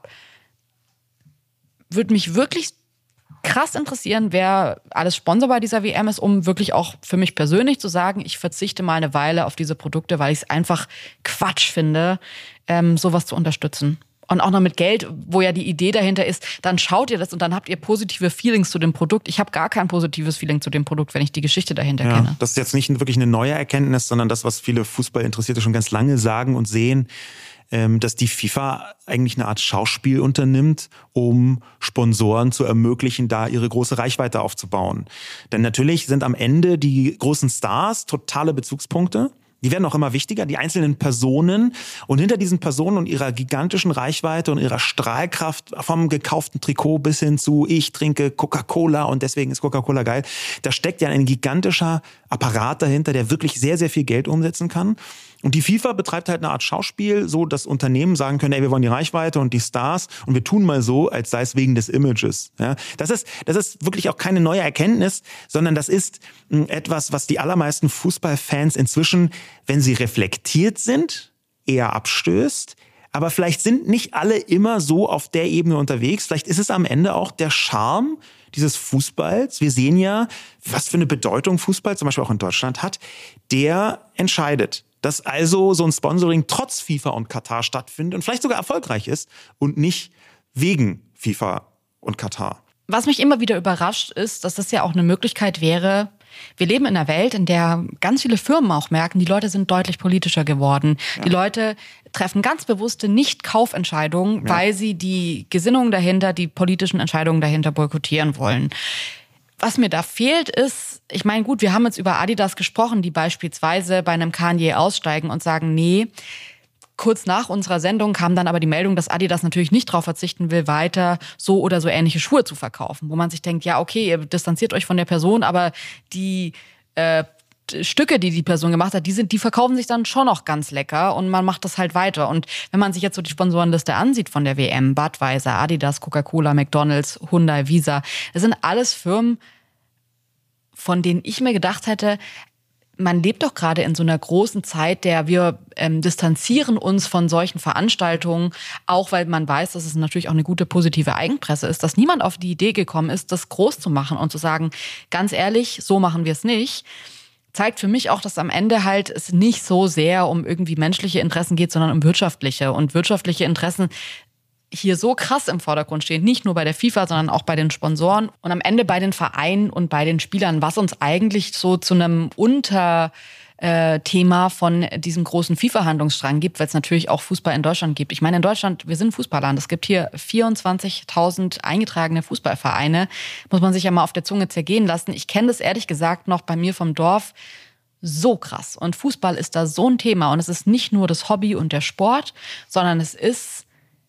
würde mich wirklich krass interessieren, wer alles Sponsor bei dieser W M ist, um wirklich auch für mich persönlich zu sagen, ich verzichte mal eine Weile auf diese Produkte, weil ich es einfach Quatsch finde, ähm, sowas zu unterstützen. Und auch noch mit Geld, wo ja die Idee dahinter ist, dann schaut ihr das und dann habt ihr positive Feelings zu dem Produkt. Ich habe gar kein positives Feeling zu dem Produkt, wenn ich die Geschichte dahinter ja, kenne. Das ist jetzt nicht wirklich eine neue Erkenntnis, sondern das, was viele Fußballinteressierte schon ganz lange sagen und sehen, dass die FIFA eigentlich eine Art Schauspiel unternimmt, um Sponsoren zu ermöglichen, da ihre große Reichweite aufzubauen. Denn natürlich sind am Ende die großen Stars totale Bezugspunkte. Die werden auch immer wichtiger, die einzelnen Personen. Und hinter diesen Personen und ihrer gigantischen Reichweite und ihrer Strahlkraft vom gekauften Trikot bis hin zu ich trinke Coca-Cola und deswegen ist Coca-Cola geil, da steckt ja ein gigantischer Apparat dahinter, der wirklich sehr, sehr viel Geld umsetzen kann. Und die FIFA betreibt halt eine Art Schauspiel, so dass Unternehmen sagen können, ey, wir wollen die Reichweite und die Stars und wir tun mal so, als sei es wegen des Images. Ja, das ist, das ist wirklich auch keine neue Erkenntnis, sondern das ist etwas, was die allermeisten Fußballfans inzwischen, wenn sie reflektiert sind, eher abstößt. Aber vielleicht sind nicht alle immer so auf der Ebene unterwegs. Vielleicht ist es am Ende auch der Charme dieses Fußballs. Wir sehen ja, was für eine Bedeutung Fußball zum Beispiel auch in Deutschland hat. Der entscheidet, dass also so ein Sponsoring trotz FIFA und Katar stattfindet und vielleicht sogar erfolgreich ist und nicht wegen FIFA und Katar. Was mich immer wieder überrascht ist, dass das ja auch eine Möglichkeit wäre. Wir leben in einer Welt, in der ganz viele Firmen auch merken, die Leute sind deutlich politischer geworden. Ja. Die Leute treffen ganz bewusste Nicht-Kaufentscheidungen, ja. weil sie die Gesinnungen dahinter, die politischen Entscheidungen dahinter boykottieren wollen. Was mir da fehlt ist, ich meine, gut, wir haben jetzt über Adidas gesprochen, die beispielsweise bei einem Kanye aussteigen und sagen, nee. Kurz nach unserer Sendung kam dann aber die Meldung, dass Adidas natürlich nicht darauf verzichten will, weiter so oder so ähnliche Schuhe zu verkaufen. Wo man sich denkt, ja okay, ihr distanziert euch von der Person, aber die äh, Stücke, die die Person gemacht hat, die sind, die verkaufen sich dann schon noch ganz lecker und man macht das halt weiter. Und wenn man sich jetzt so die Sponsorenliste ansieht von der W M, Budweiser, Adidas, Coca-Cola, McDonald's, Hyundai, Visa, das sind alles Firmen, von denen ich mir gedacht hätte, man lebt doch gerade in so einer großen Zeit, der wir ähm, distanzieren uns von solchen Veranstaltungen, auch weil man weiß, dass es natürlich auch eine gute positive Eigenpresse ist, dass niemand auf die Idee gekommen ist, das groß zu machen und zu sagen, ganz ehrlich, so machen wir es nicht. Zeigt für mich auch, dass am Ende halt es nicht so sehr um irgendwie menschliche Interessen geht, sondern um wirtschaftliche. Und wirtschaftliche Interessen hier so krass im Vordergrund stehen, nicht nur bei der FIFA, sondern auch bei den Sponsoren und am Ende bei den Vereinen und bei den Spielern, was uns eigentlich so zu einem Unterthema von diesem großen FIFA-Handlungsstrang gibt, weil es natürlich auch Fußball in Deutschland gibt. Ich meine, in Deutschland, wir sind ein Fußballland, es gibt hier vierundzwanzigtausend eingetragene Fußballvereine, muss man sich ja mal auf der Zunge zergehen lassen. Ich kenne das ehrlich gesagt noch bei mir vom Dorf so krass und Fußball ist da so ein Thema und es ist nicht nur das Hobby und der Sport, sondern es ist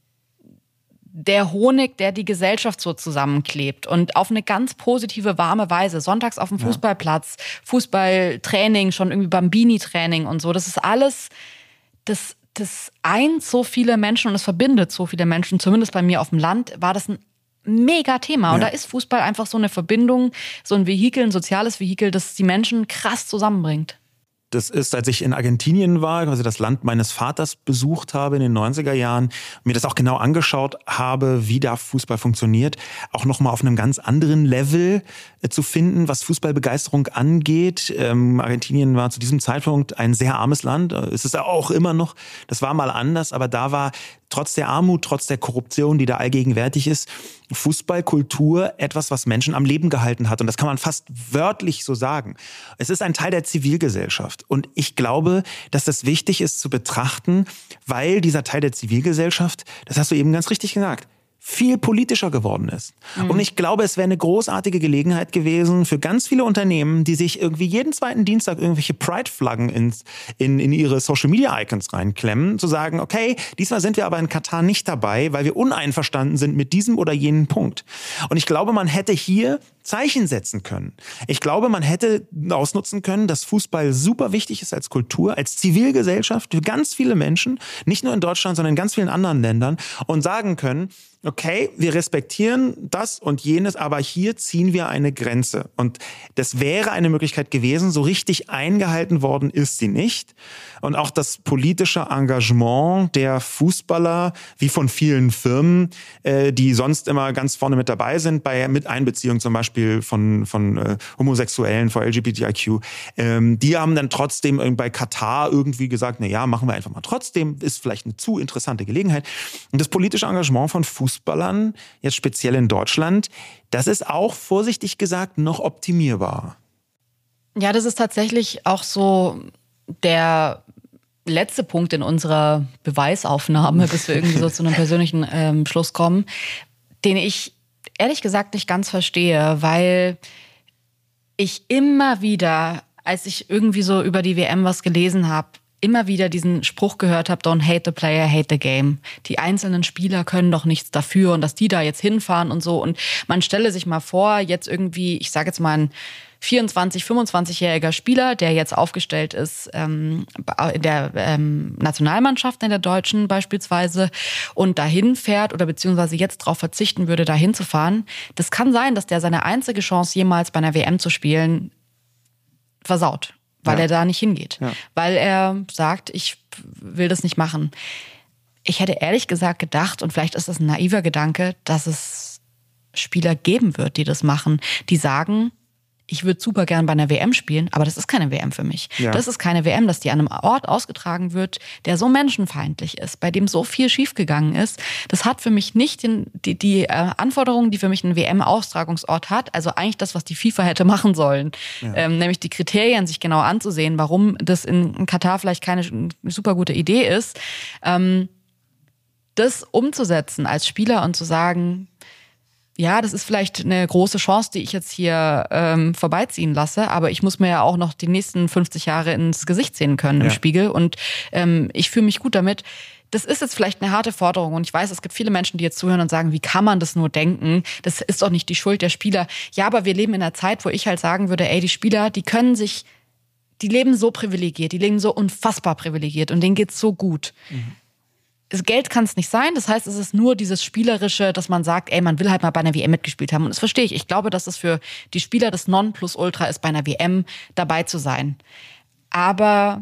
der Honig, der die Gesellschaft so zusammenklebt und auf eine ganz positive, warme Weise. Sonntags auf dem Fußballplatz, ja. Fußballtraining, schon irgendwie Bambini-Training und so. Das ist alles, das, das eint so viele Menschen und es verbindet so viele Menschen. Zumindest bei mir auf dem Land war das ein mega Thema. Und ja. da ist Fußball einfach so eine Verbindung, so ein Vehikel, ein soziales Vehikel, das die Menschen krass zusammenbringt. Das ist, als ich in Argentinien war, quasi das Land meines Vaters besucht habe in den neunziger Jahren, mir das auch genau angeschaut habe, wie da Fußball funktioniert, auch nochmal auf einem ganz anderen Level äh, zu finden, was Fußballbegeisterung angeht. Ähm, Argentinien war zu diesem Zeitpunkt ein sehr armes Land, es ist auch immer noch, das war mal anders, aber da war trotz der Armut, trotz der Korruption, die da allgegenwärtig ist, Fußballkultur etwas, was Menschen am Leben gehalten hat. Und das kann man fast wörtlich so sagen. Es ist ein Teil der Zivilgesellschaft. Und ich glaube, dass das wichtig ist zu betrachten, weil dieser Teil der Zivilgesellschaft, das hast du eben ganz richtig gesagt, viel politischer geworden ist. Mhm. Und ich glaube, es wäre eine großartige Gelegenheit gewesen für ganz viele Unternehmen, die sich irgendwie jeden zweiten Dienstag irgendwelche Pride-Flaggen ins, in, in ihre Social-Media-Icons reinklemmen, zu sagen, okay, diesmal sind wir aber in Katar nicht dabei, weil wir uneinverstanden sind mit diesem oder jenen Punkt. Und ich glaube, man hätte hier Zeichen setzen können. Ich glaube, man hätte ausnutzen können, dass Fußball super wichtig ist als Kultur, als Zivilgesellschaft für ganz viele Menschen, nicht nur in Deutschland, sondern in ganz vielen anderen Ländern, und sagen können, okay, wir respektieren das und jenes, aber hier ziehen wir eine Grenze. Und das wäre eine Möglichkeit gewesen, so richtig eingehalten worden ist sie nicht. Und auch das politische Engagement der Fußballer, wie von vielen Firmen, äh, die sonst immer ganz vorne mit dabei sind, bei Miteinbeziehung zum Beispiel von, von äh, Homosexuellen, von L G B T I Q, ähm, die haben dann trotzdem bei Katar irgendwie gesagt, na ja, machen wir einfach mal trotzdem, ist vielleicht eine zu interessante Gelegenheit. Und das politische Engagement von Fußballern, jetzt speziell in Deutschland, das ist auch, vorsichtig gesagt, noch optimierbar. Ja, das ist tatsächlich auch so der letzte Punkt in unserer Beweisaufnahme, bis wir irgendwie so zu einem persönlichen ähm, Schluss kommen, den ich ehrlich gesagt nicht ganz verstehe, weil ich immer wieder, als ich irgendwie so über die W M was gelesen habe, immer wieder diesen Spruch gehört habe, don't hate the player, hate the game. Die einzelnen Spieler können doch nichts dafür und dass die da jetzt hinfahren und so. Und man stelle sich mal vor, jetzt irgendwie, ich sage jetzt mal ein vierundzwanzig-, fünfundzwanzigjähriger Spieler, der jetzt aufgestellt ist ähm, in der ähm, Nationalmannschaft, in der Deutschen beispielsweise, und dahin fährt oder beziehungsweise jetzt darauf verzichten würde, dahin zu fahren. Das kann sein, dass der seine einzige Chance, jemals bei einer W M zu spielen, versaut, weil ja. er da nicht hingeht. Ja. Weil er sagt, ich will das nicht machen. Ich hätte ehrlich gesagt gedacht, und vielleicht ist das ein naiver Gedanke, dass es Spieler geben wird, die das machen, die sagen, ich würde super gern bei einer W M spielen, aber das ist keine W M für mich. Ja. Das ist keine W M, dass die an einem Ort ausgetragen wird, der so menschenfeindlich ist, bei dem so viel schiefgegangen ist. Das hat für mich nicht den, die, die äh, Anforderungen, die für mich ein W M-Austragungsort hat. Also eigentlich das, was die FIFA hätte machen sollen. Ja. Ähm, nämlich die Kriterien sich genau anzusehen, warum das in Katar vielleicht keine super gute Idee ist. Ähm, das umzusetzen als Spieler und zu sagen, ja, das ist vielleicht eine große Chance, die ich jetzt hier ähm, vorbeiziehen lasse, aber ich muss mir ja auch noch die nächsten fünfzig Jahre ins Gesicht sehen können im ja. Spiegel, und ähm, ich fühle mich gut damit. Das ist jetzt vielleicht eine harte Forderung, und ich weiß, es gibt viele Menschen, die jetzt zuhören und sagen, wie kann man das nur denken? Das ist doch nicht die Schuld der Spieler. Ja, aber wir leben in einer Zeit, wo ich halt sagen würde, ey, die Spieler, die können sich, die leben so privilegiert, die leben so unfassbar privilegiert und denen geht's so gut. Mhm. Das Geld kann es nicht sein, das heißt, es ist nur dieses Spielerische, dass man sagt, ey, man will halt mal bei einer W M mitgespielt haben. Und das verstehe ich. Ich glaube, dass es für die Spieler das Nonplusultra ist, bei einer W M dabei zu sein. Aber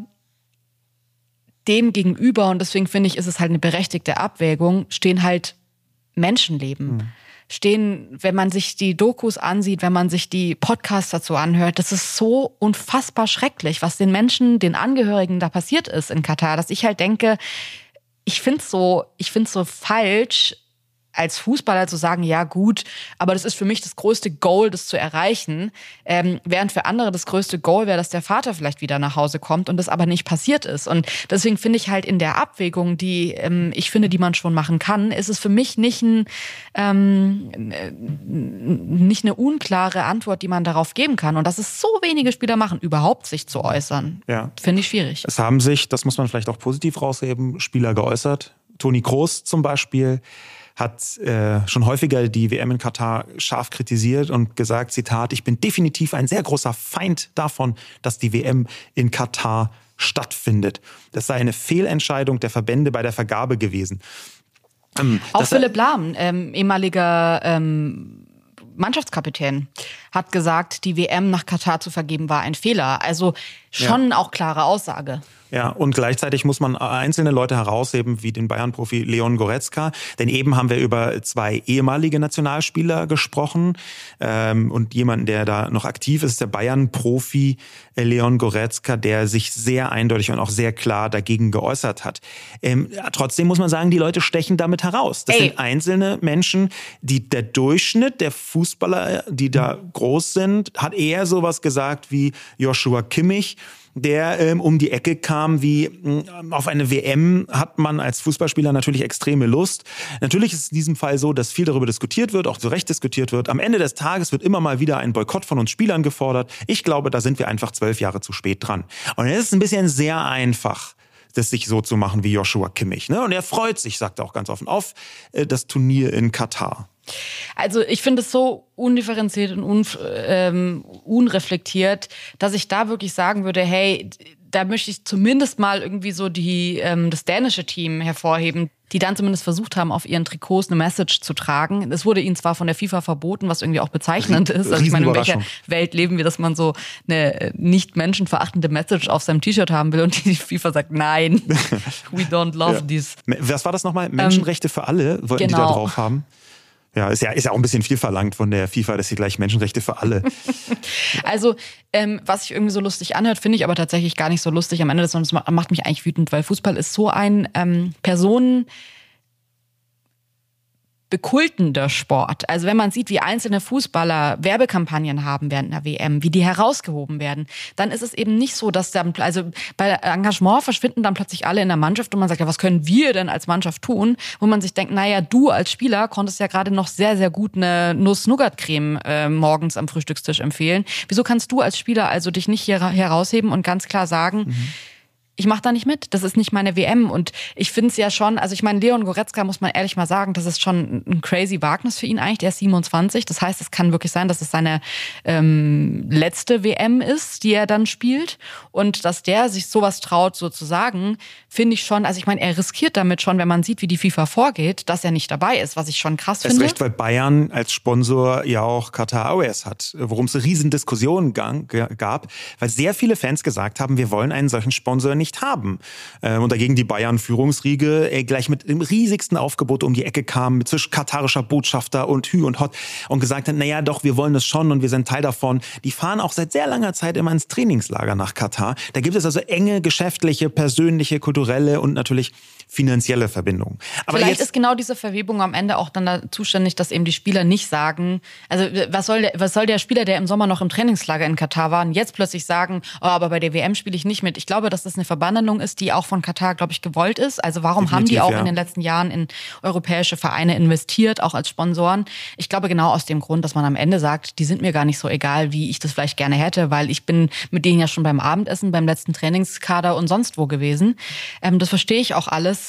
dem gegenüber, und deswegen finde ich, ist es halt eine berechtigte Abwägung, stehen halt Menschenleben. Mhm. Stehen, wenn man sich die Dokus ansieht, wenn man sich die Podcasts dazu anhört, das ist so unfassbar schrecklich, was den Menschen, den Angehörigen da passiert ist in Katar, dass ich halt denke, Ich finde es so, ich find's so falsch, als Fußballer zu sagen, ja gut, aber das ist für mich das größte Goal, das zu erreichen. Ähm, während für andere das größte Goal wäre, dass der Vater vielleicht wieder nach Hause kommt und das aber nicht passiert ist. Und deswegen finde ich halt in der Abwägung, die ähm, ich finde, die man schon machen kann, ist es für mich nicht, ein, ähm, nicht eine unklare Antwort, die man darauf geben kann. Und dass es so wenige Spieler machen, überhaupt sich zu äußern, ja. finde ich schwierig. Es haben sich, das muss man vielleicht auch positiv rausheben, Spieler geäußert. Toni Kroos zum Beispiel hat äh, schon häufiger die W M in Katar scharf kritisiert und gesagt, Zitat, ich bin definitiv ein sehr großer Feind davon, dass die W M in Katar stattfindet. Das sei eine Fehlentscheidung der Verbände bei der Vergabe gewesen. Ähm, Auch Philipp Lahm, ähm, ehemaliger ähm, Mannschaftskapitän, hat gesagt, die W M nach Katar zu vergeben war ein Fehler. Also schon ja. auch klare Aussage. Ja, und gleichzeitig muss man einzelne Leute herausheben, wie den Bayern-Profi Leon Goretzka. Denn eben haben wir über zwei ehemalige Nationalspieler gesprochen. Ähm, und jemanden, der da noch aktiv ist, der Bayern-Profi Leon Goretzka, der sich sehr eindeutig und auch sehr klar dagegen geäußert hat. Ähm, trotzdem muss man sagen, die Leute stechen damit heraus. Das Ey. sind einzelne Menschen, die der Durchschnitt der Fußballer, die da groß sind, hat eher sowas gesagt wie Joshua Kimmich, der ähm, um die Ecke kam wie ähm, auf eine W M hat man als Fußballspieler natürlich extreme Lust. Natürlich ist es in diesem Fall so, dass viel darüber diskutiert wird, auch zu Recht diskutiert wird. Am Ende des Tages wird immer mal wieder ein Boykott von uns Spielern gefordert. Ich glaube, da sind wir einfach zwölf Jahre zu spät dran. Und es ist ein bisschen sehr einfach, das sich so zu machen wie Joshua Kimmich. Ne? Und er freut sich, sagt er auch ganz offen, auf äh, das Turnier in Katar. Also ich finde es so undifferenziert und un, ähm, unreflektiert, dass ich da wirklich sagen würde, hey, da möchte ich zumindest mal irgendwie so die, ähm, das dänische Team hervorheben, die dann zumindest versucht haben, auf ihren Trikots eine Message zu tragen. Es wurde ihnen zwar von der FIFA verboten, was irgendwie auch bezeichnend ist. Also ich meine, in welcher Welt leben wir, dass man so eine nicht menschenverachtende Message auf seinem T-Shirt haben will und die FIFA sagt, nein, we don't love ja. this. Was war das nochmal? Menschenrechte ähm, für alle wollten genau. die da drauf haben? Ja, ist ja, ist ja auch ein bisschen viel verlangt von der FIFA, dass sie gleich Menschenrechte für alle. Also, ähm, was sich irgendwie so lustig anhört, finde ich aber tatsächlich gar nicht so lustig. Am Ende des Tages macht mich eigentlich wütend, weil Fußball ist so ein ähm, Personen bekultender Sport. Also wenn man sieht, wie einzelne Fußballer Werbekampagnen haben während einer W M, wie die herausgehoben werden, dann ist es eben nicht so, dass dann, also bei Engagement verschwinden dann plötzlich alle in der Mannschaft und man sagt, ja, was können wir denn als Mannschaft tun? Wo man sich denkt, naja, du als Spieler konntest ja gerade noch sehr, sehr gut eine Nuss-Nougat-Creme äh, morgens am Frühstückstisch empfehlen. Wieso kannst du als Spieler also dich nicht hier herausheben und ganz klar sagen, mhm. ich mache da nicht mit, das ist nicht meine W M. Und ich finde es ja schon, also ich meine, Leon Goretzka, muss man ehrlich mal sagen, das ist schon ein crazy Wagnis für ihn eigentlich, der ist siebenundzwanzig. Das heißt, es kann wirklich sein, dass es seine ähm, letzte W M ist, die er dann spielt. Und dass der sich sowas traut, sozusagen, finde ich schon, also ich meine, er riskiert damit schon, wenn man sieht, wie die FIFA vorgeht, dass er nicht dabei ist, was ich schon krass finde. Erst recht, weil Bayern als Sponsor ja auch Qatar Airways hat, worum es riesen Diskussionen gab, weil sehr viele Fans gesagt haben, wir wollen einen solchen Sponsor nicht haben. Und dagegen die Bayern-Führungsriege gleich mit dem riesigsten Aufgebot um die Ecke kam, zwischen katarischer Botschafter und Hü und Hot und gesagt hat, naja doch, wir wollen es schon und wir sind Teil davon. Die fahren auch seit sehr langer Zeit immer ins Trainingslager nach Katar. Da gibt es also enge geschäftliche, persönliche, kulturelle und natürlich finanzielle Verbindungen. Aber vielleicht jetzt ist genau diese Verwebung am Ende auch dann da zuständig, dass eben die Spieler nicht sagen, also was soll der, was soll der Spieler, der im Sommer noch im Trainingslager in Katar war, jetzt plötzlich sagen, oh, aber bei der W M spiele ich nicht mit. Ich glaube, dass das eine Verbandlung ist, die auch von Katar, glaube ich, gewollt ist. Also warum Definitiv, haben die auch ja. in den letzten Jahren in europäische Vereine investiert, auch als Sponsoren? Ich glaube genau aus dem Grund, dass man am Ende sagt, die sind mir gar nicht so egal, wie ich das vielleicht gerne hätte, weil ich bin mit denen ja schon beim Abendessen, beim letzten Trainingskader und sonst wo gewesen. Ähm, das verstehe ich auch alles.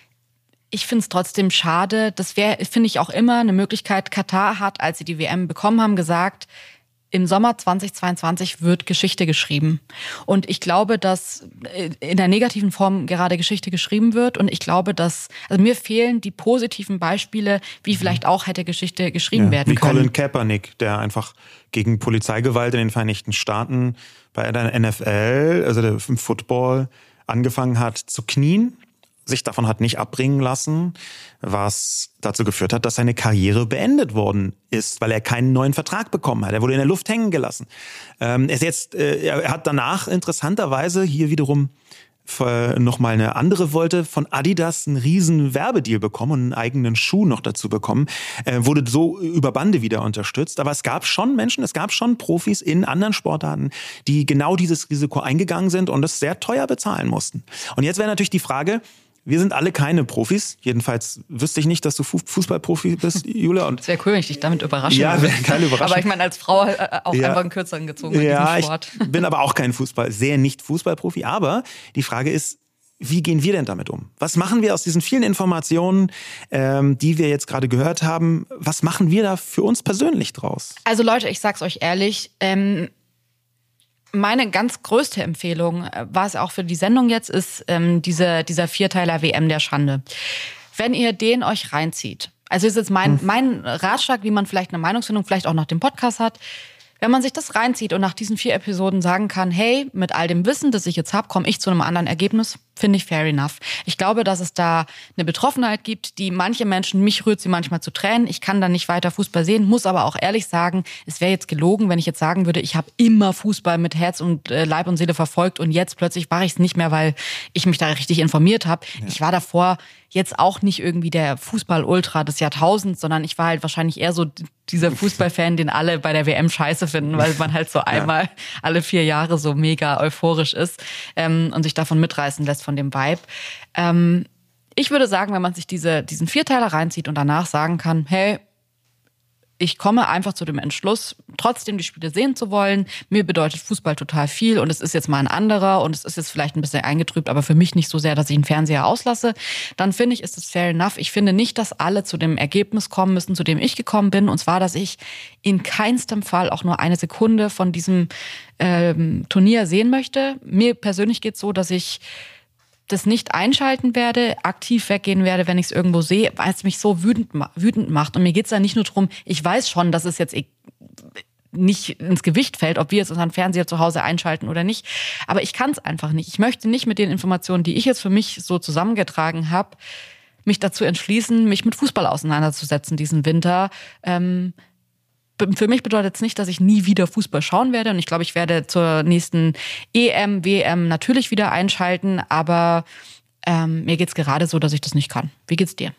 Ich finde es trotzdem schade. Das wäre, finde ich, auch immer eine Möglichkeit. Katar hat, als sie die W M bekommen haben, gesagt, im Sommer zweitausendzweiundzwanzig wird Geschichte geschrieben. Und ich glaube, dass in der negativen Form gerade Geschichte geschrieben wird. Und ich glaube, dass, also mir fehlen die positiven Beispiele, wie vielleicht auch hätte Geschichte geschrieben ja, werden wie können. Colin Kaepernick, der einfach gegen Polizeigewalt in den Vereinigten Staaten bei der N F L, also im Football, angefangen hat zu knien, sich davon hat nicht abbringen lassen, was dazu geführt hat, dass seine Karriere beendet worden ist, weil er keinen neuen Vertrag bekommen hat. Er wurde in der Luft hängen gelassen. Ähm, er ist jetzt, äh, er hat danach interessanterweise hier wiederum nochmal eine andere Wolte von Adidas einen riesen Werbedeal bekommen und einen eigenen Schuh noch dazu bekommen, äh, wurde so über Bande wieder unterstützt. Aber es gab schon Menschen, es gab schon Profis in anderen Sportarten, die genau dieses Risiko eingegangen sind und es sehr teuer bezahlen mussten. Und jetzt wäre natürlich die Frage, wir sind alle keine Profis. Jedenfalls wüsste ich nicht, dass du Fußballprofi bist, Julia. Und das wäre cool, wenn ich dich damit überrasche. Ja, wäre keine Überraschung. Aber ich meine, als Frau auch ja. einfach einen Kürzeren gezogen ja, in diesem Sport. Ich bin aber auch kein Fußball, sehr nicht Fußballprofi. Aber die Frage ist, wie gehen wir denn damit um? Was machen wir aus diesen vielen Informationen, ähm, die wir jetzt gerade gehört haben? Was machen wir da für uns persönlich draus? Also Leute, ich sag's euch ehrlich, ähm, meine ganz größte Empfehlung, was auch für die Sendung jetzt ist, ähm, diese, dieser Vierteiler W M der Schande. Wenn ihr den euch reinzieht, also ist jetzt mein, mein Ratschlag, wie man vielleicht eine Meinungsfindung vielleicht auch nach dem Podcast hat, wenn man sich das reinzieht und nach diesen vier Episoden sagen kann, hey, mit all dem Wissen, das ich jetzt habe, komme ich zu einem anderen Ergebnis, Finde ich fair enough. Ich glaube, dass es da eine Betroffenheit gibt, die manche Menschen, mich rührt sie manchmal zu Tränen. Ich kann dann nicht weiter Fußball sehen, muss aber auch ehrlich sagen, es wäre jetzt gelogen, wenn ich jetzt sagen würde, ich habe immer Fußball mit Herz und äh, Leib und Seele verfolgt und jetzt plötzlich mache ich es nicht mehr, weil ich mich da richtig informiert habe. Ja. Ich war davor jetzt auch nicht irgendwie der Fußball-Ultra des Jahrtausends, sondern ich war halt wahrscheinlich eher so dieser Fußballfan, den alle bei der W M scheiße finden, weil man halt so einmal ja. alle vier Jahre so mega euphorisch ist ähm, und sich davon mitreißen lässt von dem Vibe. Ähm, ich würde sagen, wenn man sich diese, diesen Vierteiler reinzieht und danach sagen kann, hey, ich komme einfach zu dem Entschluss, trotzdem die Spiele sehen zu wollen. Mir bedeutet Fußball total viel und es ist jetzt mal ein anderer und es ist jetzt vielleicht ein bisschen eingetrübt, aber für mich nicht so sehr, dass ich einen Fernseher auslasse. Dann finde ich, ist es fair enough. Ich finde nicht, dass alle zu dem Ergebnis kommen müssen, zu dem ich gekommen bin. Und zwar, dass ich in keinstem Fall auch nur eine Sekunde von diesem ähm, Turnier sehen möchte. Mir persönlich geht es so, dass ich das nicht einschalten werde, aktiv weggehen werde, wenn ich es irgendwo sehe, weil es mich so wütend, wütend macht. Und mir geht es da nicht nur darum, ich weiß schon, dass es jetzt nicht ins Gewicht fällt, ob wir jetzt unseren Fernseher zu Hause einschalten oder nicht. Aber ich kann es einfach nicht. Ich möchte nicht mit den Informationen, die ich jetzt für mich so zusammengetragen habe, mich dazu entschließen, mich mit Fußball auseinanderzusetzen diesen Winter. Ähm, Für mich bedeutet es nicht, dass ich nie wieder Fußball schauen werde. Und ich glaube, ich werde zur nächsten E M, W M natürlich wieder einschalten. Aber ähm, mir geht's gerade so, dass ich das nicht kann. Wie geht's dir?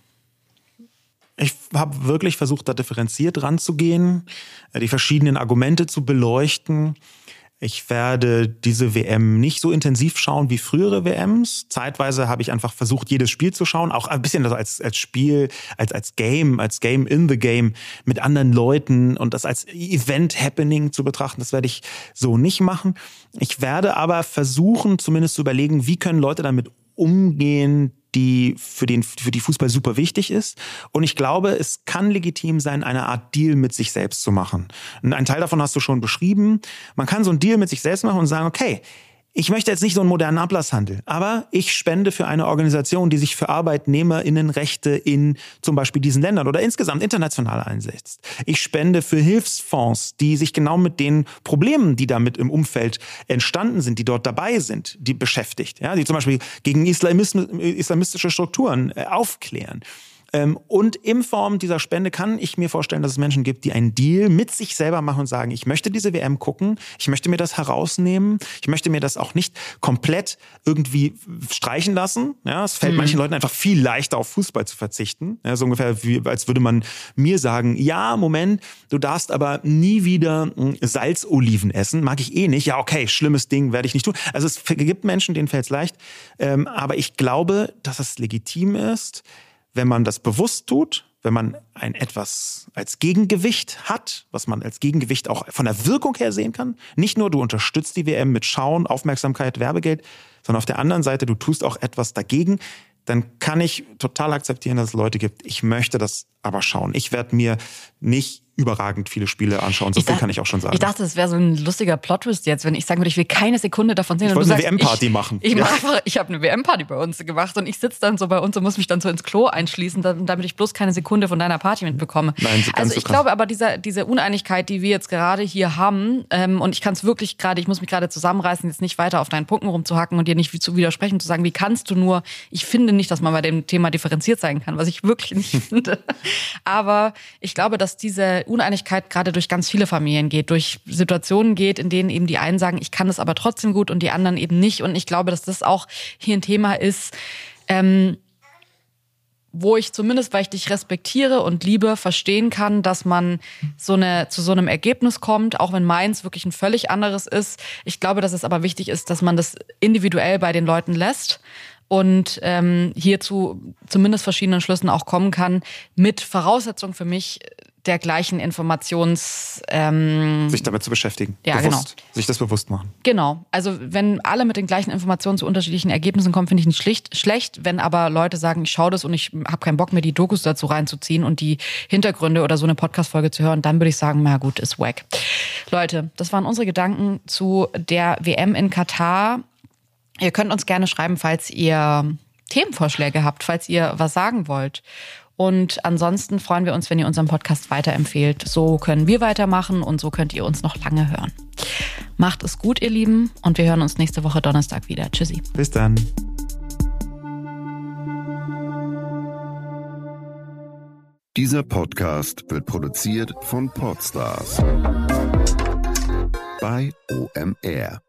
Ich habe wirklich versucht, da differenziert ranzugehen, die verschiedenen Argumente zu beleuchten. Ich werde diese W M nicht so intensiv schauen wie frühere W Ms. Zeitweise habe ich einfach versucht, jedes Spiel zu schauen, auch ein bisschen als, als Spiel, als, als Game, als Game in the Game mit anderen Leuten und das als Event-Happening zu betrachten. Das werde ich so nicht machen. Ich werde aber versuchen, zumindest zu überlegen, wie können Leute damit umgehen, die für den für die Fußball super wichtig ist. Und ich glaube, es kann legitim sein, eine Art Deal mit sich selbst zu machen. Und einen Teil davon hast du schon beschrieben. Man kann so einen Deal mit sich selbst machen und sagen, okay, ich möchte jetzt nicht so einen modernen Ablasshandel, aber ich spende für eine Organisation, die sich für ArbeitnehmerInnenrechte in zum Beispiel diesen Ländern oder insgesamt international einsetzt. Ich spende für Hilfsfonds, die sich genau mit den Problemen, die damit im Umfeld entstanden sind, die dort dabei sind, die beschäftigt, ja, die zum Beispiel gegen islamistische Strukturen aufklären. Und in Form dieser Spende kann ich mir vorstellen, dass es Menschen gibt, die einen Deal mit sich selber machen und sagen, ich möchte diese W M gucken, ich möchte mir das herausnehmen, ich möchte mir das auch nicht komplett irgendwie streichen lassen. Ja, es fällt mhm. manchen Leuten einfach viel leichter, auf Fußball zu verzichten. Ja, so ungefähr, wie, als würde man mir sagen, ja, Moment, du darfst aber nie wieder Salzoliven essen, mag ich eh nicht. Ja, okay, schlimmes Ding, werde ich nicht tun. Also es gibt Menschen, denen fällt es leicht. Ähm, aber ich glaube, dass es legitim ist, wenn man das bewusst tut, wenn man ein etwas als Gegengewicht hat, was man als Gegengewicht auch von der Wirkung her sehen kann. Nicht nur, du unterstützt die W M mit Schauen, Aufmerksamkeit, Werbegeld, sondern auf der anderen Seite, du tust auch etwas dagegen. Dann kann ich total akzeptieren, dass es Leute gibt. Ich möchte das aber schauen. Ich werde mir nicht überragend viele Spiele anschauen. So ich viel dachte, kann ich auch schon sagen. Ich dachte, das wäre so ein lustiger Plot-Twist jetzt, wenn ich sagen würde, ich will keine Sekunde davon sehen. Ich wollte eine W M-Party machen. Ich, ich, ja. ich habe eine W M-Party bei uns gemacht und ich sitze dann so bei uns und muss mich dann so ins Klo einschließen, damit ich bloß keine Sekunde von deiner Party mitbekomme. Nein, so also ich so glaube aber, dieser, diese Uneinigkeit, die wir jetzt gerade hier haben, ähm, und ich kann es wirklich gerade, ich muss mich gerade zusammenreißen, jetzt nicht weiter auf deinen Punkten rumzuhacken und dir nicht zu widersprechen, zu sagen, wie kannst du nur, ich finde nicht, dass man bei dem Thema differenziert sein kann, was ich wirklich nicht finde. Aber ich glaube, dass diese Uneinigkeit gerade durch ganz viele Familien geht, durch Situationen geht, in denen eben die einen sagen, ich kann das aber trotzdem gut und die anderen eben nicht. Und ich glaube, dass das auch hier ein Thema ist, ähm, wo ich zumindest, weil ich dich respektiere und liebe, verstehen kann, dass man so eine zu so einem Ergebnis kommt, auch wenn meins wirklich ein völlig anderes ist. Ich glaube, dass es aber wichtig ist, dass man das individuell bei den Leuten lässt und ähm, hierzu zumindest verschiedenen Schlüssen auch kommen kann, mit Voraussetzung für mich der gleichen Informations... Ähm, sich damit zu beschäftigen. Ja, bewusst. Genau. Sich das bewusst machen. Genau. Also wenn alle mit den gleichen Informationen zu unterschiedlichen Ergebnissen kommen, finde ich nicht schlicht, schlecht. Wenn aber Leute sagen, ich schaue das und ich habe keinen Bock mehr, die Dokus dazu reinzuziehen und die Hintergründe oder so eine Podcast-Folge zu hören, dann würde ich sagen, na gut, ist wack. Leute, das waren unsere Gedanken zu der W M in Katar. Ihr könnt uns gerne schreiben, falls ihr Themenvorschläge habt, falls ihr was sagen wollt. Und ansonsten freuen wir uns, wenn ihr unseren Podcast weiterempfehlt. So können wir weitermachen und so könnt ihr uns noch lange hören. Macht es gut, ihr Lieben, und wir hören uns nächste Woche Donnerstag wieder. Tschüssi. Bis dann. Dieser Podcast wird produziert von Podstars bei O M R.